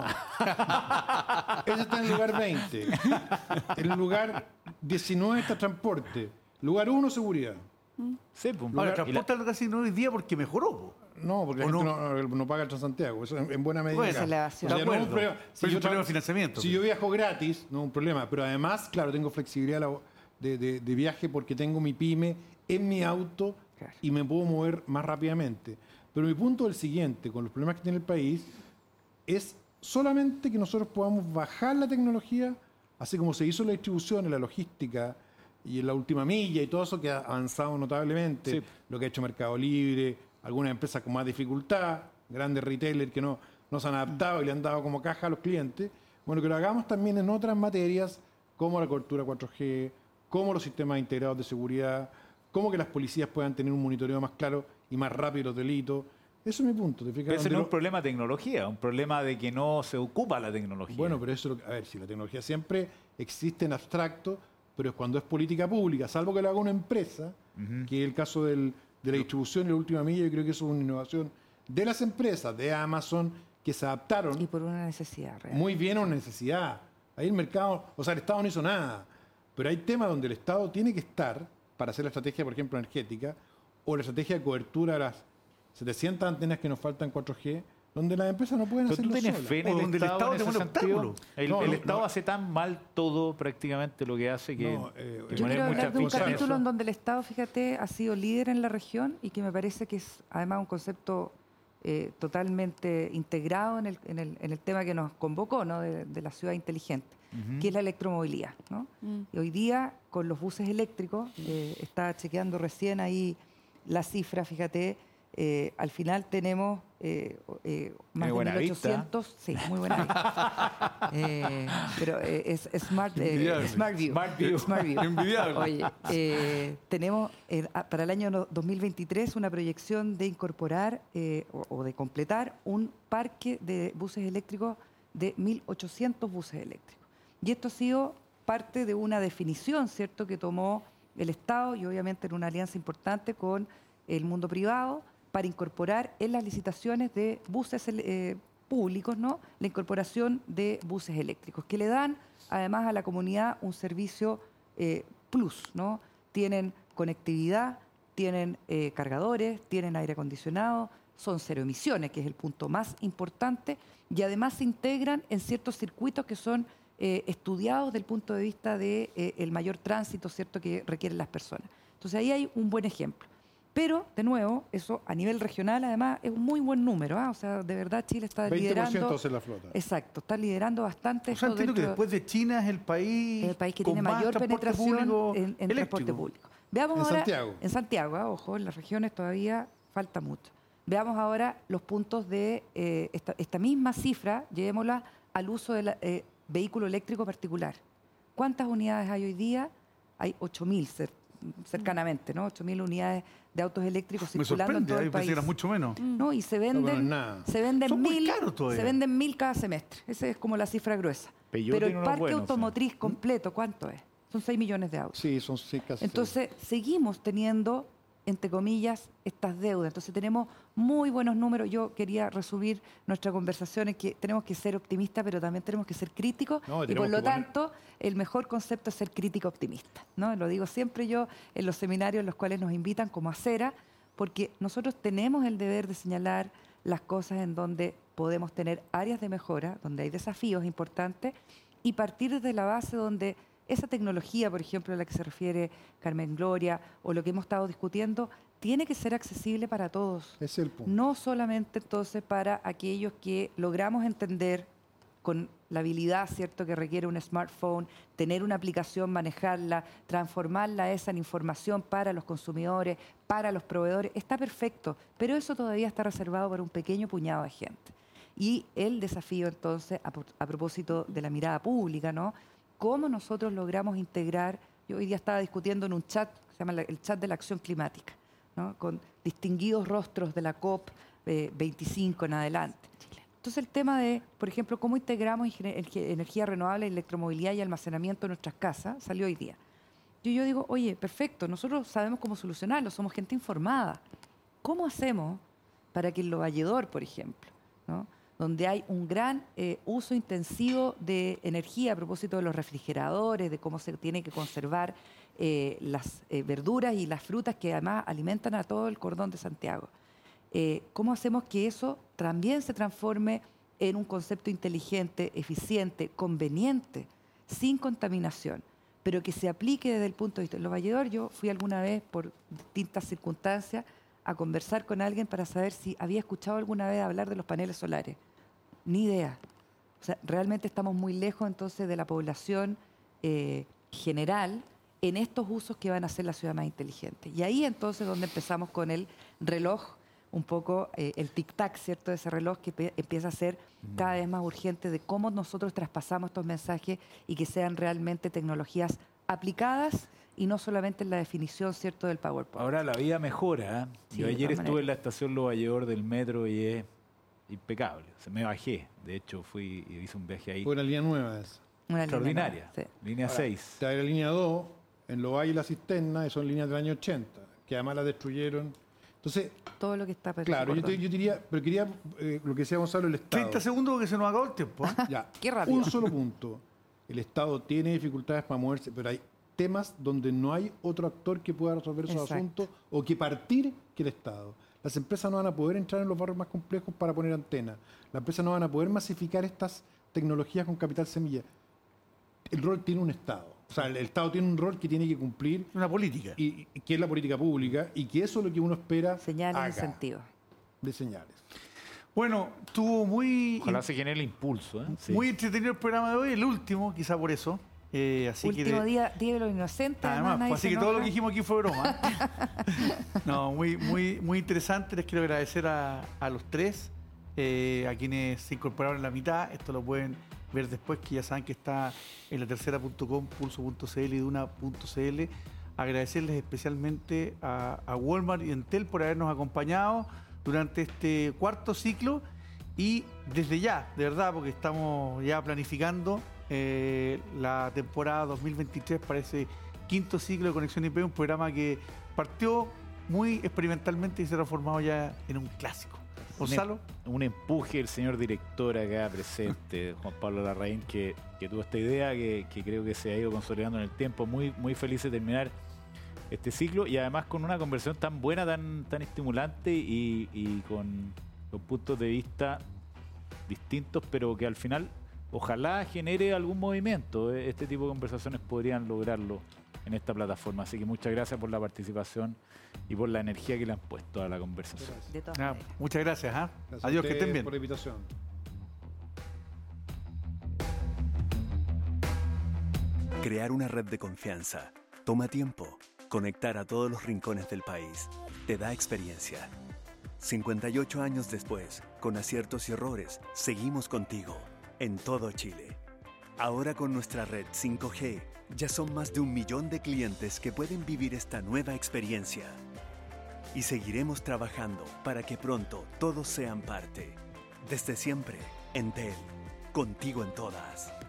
Ese está en el lugar veinte. En el lugar diecinueve está transporte. Lugar uno, seguridad. Sí, pues. Ahora, transporte la... casi no hoy día porque mejoró. No, porque la gente no? No, no paga el Transantiago. Eso en, en buena medida. Pues es la evasión. O sea, no es un problema. Si, pero yo, un problema de financiamiento. Si yo viajo gratis, no es un problema. Pero además, claro, tengo flexibilidad de, de, de viaje porque tengo mi pyme en mi auto claro. y me puedo mover más rápidamente. Pero mi punto es el siguiente, con los problemas que tiene el país, es solamente que nosotros podamos bajar la tecnología, así como se hizo en la distribución, en la logística y en la última milla y todo eso que ha avanzado notablemente, sí. lo que ha hecho Mercado Libre, algunas empresas con más dificultad, grandes retailers que no, no se han adaptado y le han dado como caja a los clientes. Bueno, que lo hagamos también en otras materias, como la cobertura cuatro G, como los sistemas integrados de seguridad, como que las policías puedan tener un monitoreo más claro y más rápido de los delitos. Eso es mi punto. ¿te fijas? Ese no es lo... un problema de tecnología, un problema de que no se ocupa la tecnología. Bueno, pero eso, a ver, si la tecnología siempre existe en abstracto, pero es cuando es política pública, salvo que lo haga una empresa, uh-huh. que es el caso del, de la distribución y la última milla, yo creo que eso es una innovación de las empresas, de Amazon, que se adaptaron. Y por una necesidad real. Muy bien a una necesidad. Ahí el mercado, o sea, el Estado no hizo nada, pero hay temas donde el Estado tiene que estar para hacer la estrategia, por ejemplo, energética, o la estrategia de cobertura de las setecientas antenas que nos faltan cuatro G, donde las empresas no pueden hacerlo solas. ¿Tú tienes fe en el donde Estado, el Estado en ese sentido? El, no, el no, Estado no. hace tan mal todo prácticamente lo que hace que... No, eh, Yo quiero hablar de un capítulo en donde el Estado, fíjate, ha sido líder en la región y que me parece que es además un concepto eh, totalmente integrado en el, en, el, en el tema que nos convocó, ¿no? de, de la ciudad inteligente, uh-huh. que es la electromovilidad, ¿no? Uh-huh. Y hoy día, con los buses eléctricos, eh, está chequeando recién ahí la cifra, fíjate, eh, al final tenemos eh, eh, más muy de mil ochocientos. Sí, muy buena vista. eh, pero eh, es, es Smart, eh, Smart View. Smart View. Smart View. Envidiable. Oye, eh, tenemos eh, para el año dos mil veintitrés una proyección de incorporar eh, o, o de completar un parque de buses eléctricos de mil ochocientos buses eléctricos. Y esto ha sido parte de una definición, ¿cierto?, que tomó el Estado y obviamente en una alianza importante con el mundo privado para incorporar en las licitaciones de buses eh, públicos, ¿no?, la incorporación de buses eléctricos, que le dan además a la comunidad un servicio eh, plus, ¿no? Tienen conectividad, tienen eh, cargadores, tienen aire acondicionado, son cero emisiones, que es el punto más importante, y además se integran en ciertos circuitos que son eh, estudiados desde el punto de vista del de, eh, mayor tránsito, ¿cierto?, que requieren las personas. Entonces ahí hay un buen ejemplo. Pero, de nuevo, eso a nivel regional, además, es un muy buen número. ¿eh? O sea, de verdad, Chile está liderando... veinte por ciento en la flota. Exacto, está liderando bastante. O sea, entiendo que después de China es el país... El país que tiene mayor penetración en, en transporte público. Veamos en ahora, Santiago. En Santiago, ¿eh? Ojo, en las regiones todavía falta mucho. Veamos ahora los puntos de eh, esta, esta misma cifra, llevémosla al uso del eh, vehículo eléctrico particular. ¿Cuántas unidades hay hoy día? Hay ocho mil cercanamente, ¿no? ocho mil unidades de autos eléctricos circulando en todo el país. Era mucho menos. No, y se venden, no, se venden Son mil, muy caros todavía. se venden mil cada semestre. Esa es como la cifra gruesa. Pero, Pero el parque buenos, automotriz ¿sí? completo, ¿cuánto es? Son seis millones de autos. Sí, son sí, casi. Entonces, seguimos teniendo, entre comillas, estas deudas. Entonces, tenemos muy buenos números. Yo quería resumir nuestra conversación en que tenemos que ser optimistas, pero también tenemos que ser críticos. No, y por lo poner... tanto, el mejor concepto es ser crítico optimista, ¿no? Lo digo siempre yo en los seminarios en los cuales nos invitan como acera, porque nosotros tenemos el deber de señalar las cosas en donde podemos tener áreas de mejora, donde hay desafíos importantes, y partir desde la base donde esa tecnología, por ejemplo, a la que se refiere Carmen Gloria, o lo que hemos estado discutiendo, tiene que ser accesible para todos. Ese es el punto. No solamente entonces para aquellos que logramos entender con la habilidad, ¿cierto?, que requiere un smartphone, tener una aplicación, manejarla, transformarla esa en información para los consumidores, para los proveedores, está perfecto, pero eso todavía está reservado para un pequeño puñado de gente. Y el desafío entonces, a, a propósito de la mirada pública, ¿no?, cómo nosotros logramos integrar, yo hoy día estaba discutiendo en un chat, que se llama el chat de la acción climática, ¿no?, con distinguidos rostros de la COP veinticinco en adelante. Entonces el tema de, por ejemplo, cómo integramos energía renovable, electromovilidad y almacenamiento en nuestras casas, salió hoy día. Yo, yo digo, oye, perfecto, nosotros sabemos cómo solucionarlo, somos gente informada. ¿Cómo hacemos para que en Lo Valledor, por ejemplo, ¿no?, donde hay un gran eh, uso intensivo de energía a propósito de los refrigeradores, de cómo se tiene que conservar eh, las eh, verduras y las frutas que además alimentan a todo el cordón de Santiago? Eh, ¿Cómo hacemos que eso también se transforme en un concepto inteligente, eficiente, conveniente, sin contaminación, pero que se aplique desde el punto de vista de Lo Valledor? Yo fui alguna vez por distintas circunstancias a conversar con alguien para saber si había escuchado alguna vez hablar de los paneles solares. Ni idea. O sea, realmente estamos muy lejos entonces de la población eh, general en estos usos que van a hacer la ciudad más inteligente. Y ahí entonces donde empezamos con el reloj, un poco eh, el tic-tac, ¿cierto?, de ese reloj que empieza a ser cada vez más urgente de cómo nosotros traspasamos estos mensajes y que sean realmente tecnologías aplicadas y no solamente en la definición, ¿cierto?, del PowerPoint. Ahora la vida mejora. ¿eh? Sí, Yo ayer estuve manera. en la estación Lo Valledor del metro y es impecable. O sea, me bajé. De hecho, fui y hice un viaje ahí. Fue una línea nueva esa. Una extraordinaria. Línea, sí. Línea seis. Está en la línea dos, en Lo Valle y La Cisterna, que son líneas del año ochenta, que además la destruyeron. Entonces, todo lo que está perdido. claro, yo, te, yo diría, pero quería, eh, lo que decía Gonzalo, el Estado. treinta segundos porque se nos acabó el tiempo. ¿eh? Ya, Qué rápido. un solo punto. El Estado tiene dificultades para moverse, pero hay temas donde no hay otro actor que pueda resolver esos Exacto. asuntos o que partir que el Estado. Las empresas no van a poder entrar en los barrios más complejos para poner antenas. Las empresas no van a poder masificar estas tecnologías con capital semilla. El rol tiene un Estado. O sea, el Estado tiene un rol que tiene que cumplir. Una política. Y, y que es la política pública y que eso es lo que uno espera Señales haga, y incentivos. de señales. Bueno, tuvo muy... Ojalá se genere el impulso. ¿eh? Sí. Muy entretenido el programa de hoy, el último, quizá por eso. Eh, así Último que, día, día de los inocentes. Además, pues, así que todo lo que dijimos aquí fue broma. No, muy, muy, muy interesante. Les quiero agradecer a, a los tres, eh, a quienes se incorporaron en la mitad. Esto lo pueden ver después, que ya saben que está en la tercera punto com, pulso punto c l y duna punto c l. Agradecerles especialmente a, a Walmart y Entel por habernos acompañado durante este cuarto ciclo y desde ya, de verdad, porque estamos ya planificando eh, la temporada dos mil veintitrés para ese quinto ciclo de Conexión I P, un programa que partió muy experimentalmente y se ha transformado ya en un clásico. Gonzalo. Un, un empuje del señor director acá presente, Juan Pablo Larraín, que, que tuvo esta idea que, que creo que se ha ido consolidando en el tiempo. Muy, muy feliz de terminar este ciclo y además con una conversación tan buena, tan, tan estimulante y, y con los puntos de vista distintos, pero que al final ojalá genere algún movimiento. Este tipo de conversaciones podrían lograrlo en esta plataforma. Así que muchas gracias por la participación y por la energía que le han puesto a la conversación. De todas ah, muchas gracias. ¿eh? gracias Adiós, que estén bien. Por la invitación. Crear una red de confianza toma tiempo. Conectar a todos los rincones del país te da experiencia. cincuenta y ocho años después, con aciertos y errores, seguimos contigo en todo Chile. Ahora con nuestra red cinco G, ya son más de un millón de clientes que pueden vivir esta nueva experiencia. Y seguiremos trabajando para que pronto todos sean parte. Desde siempre, Entel, contigo en todas.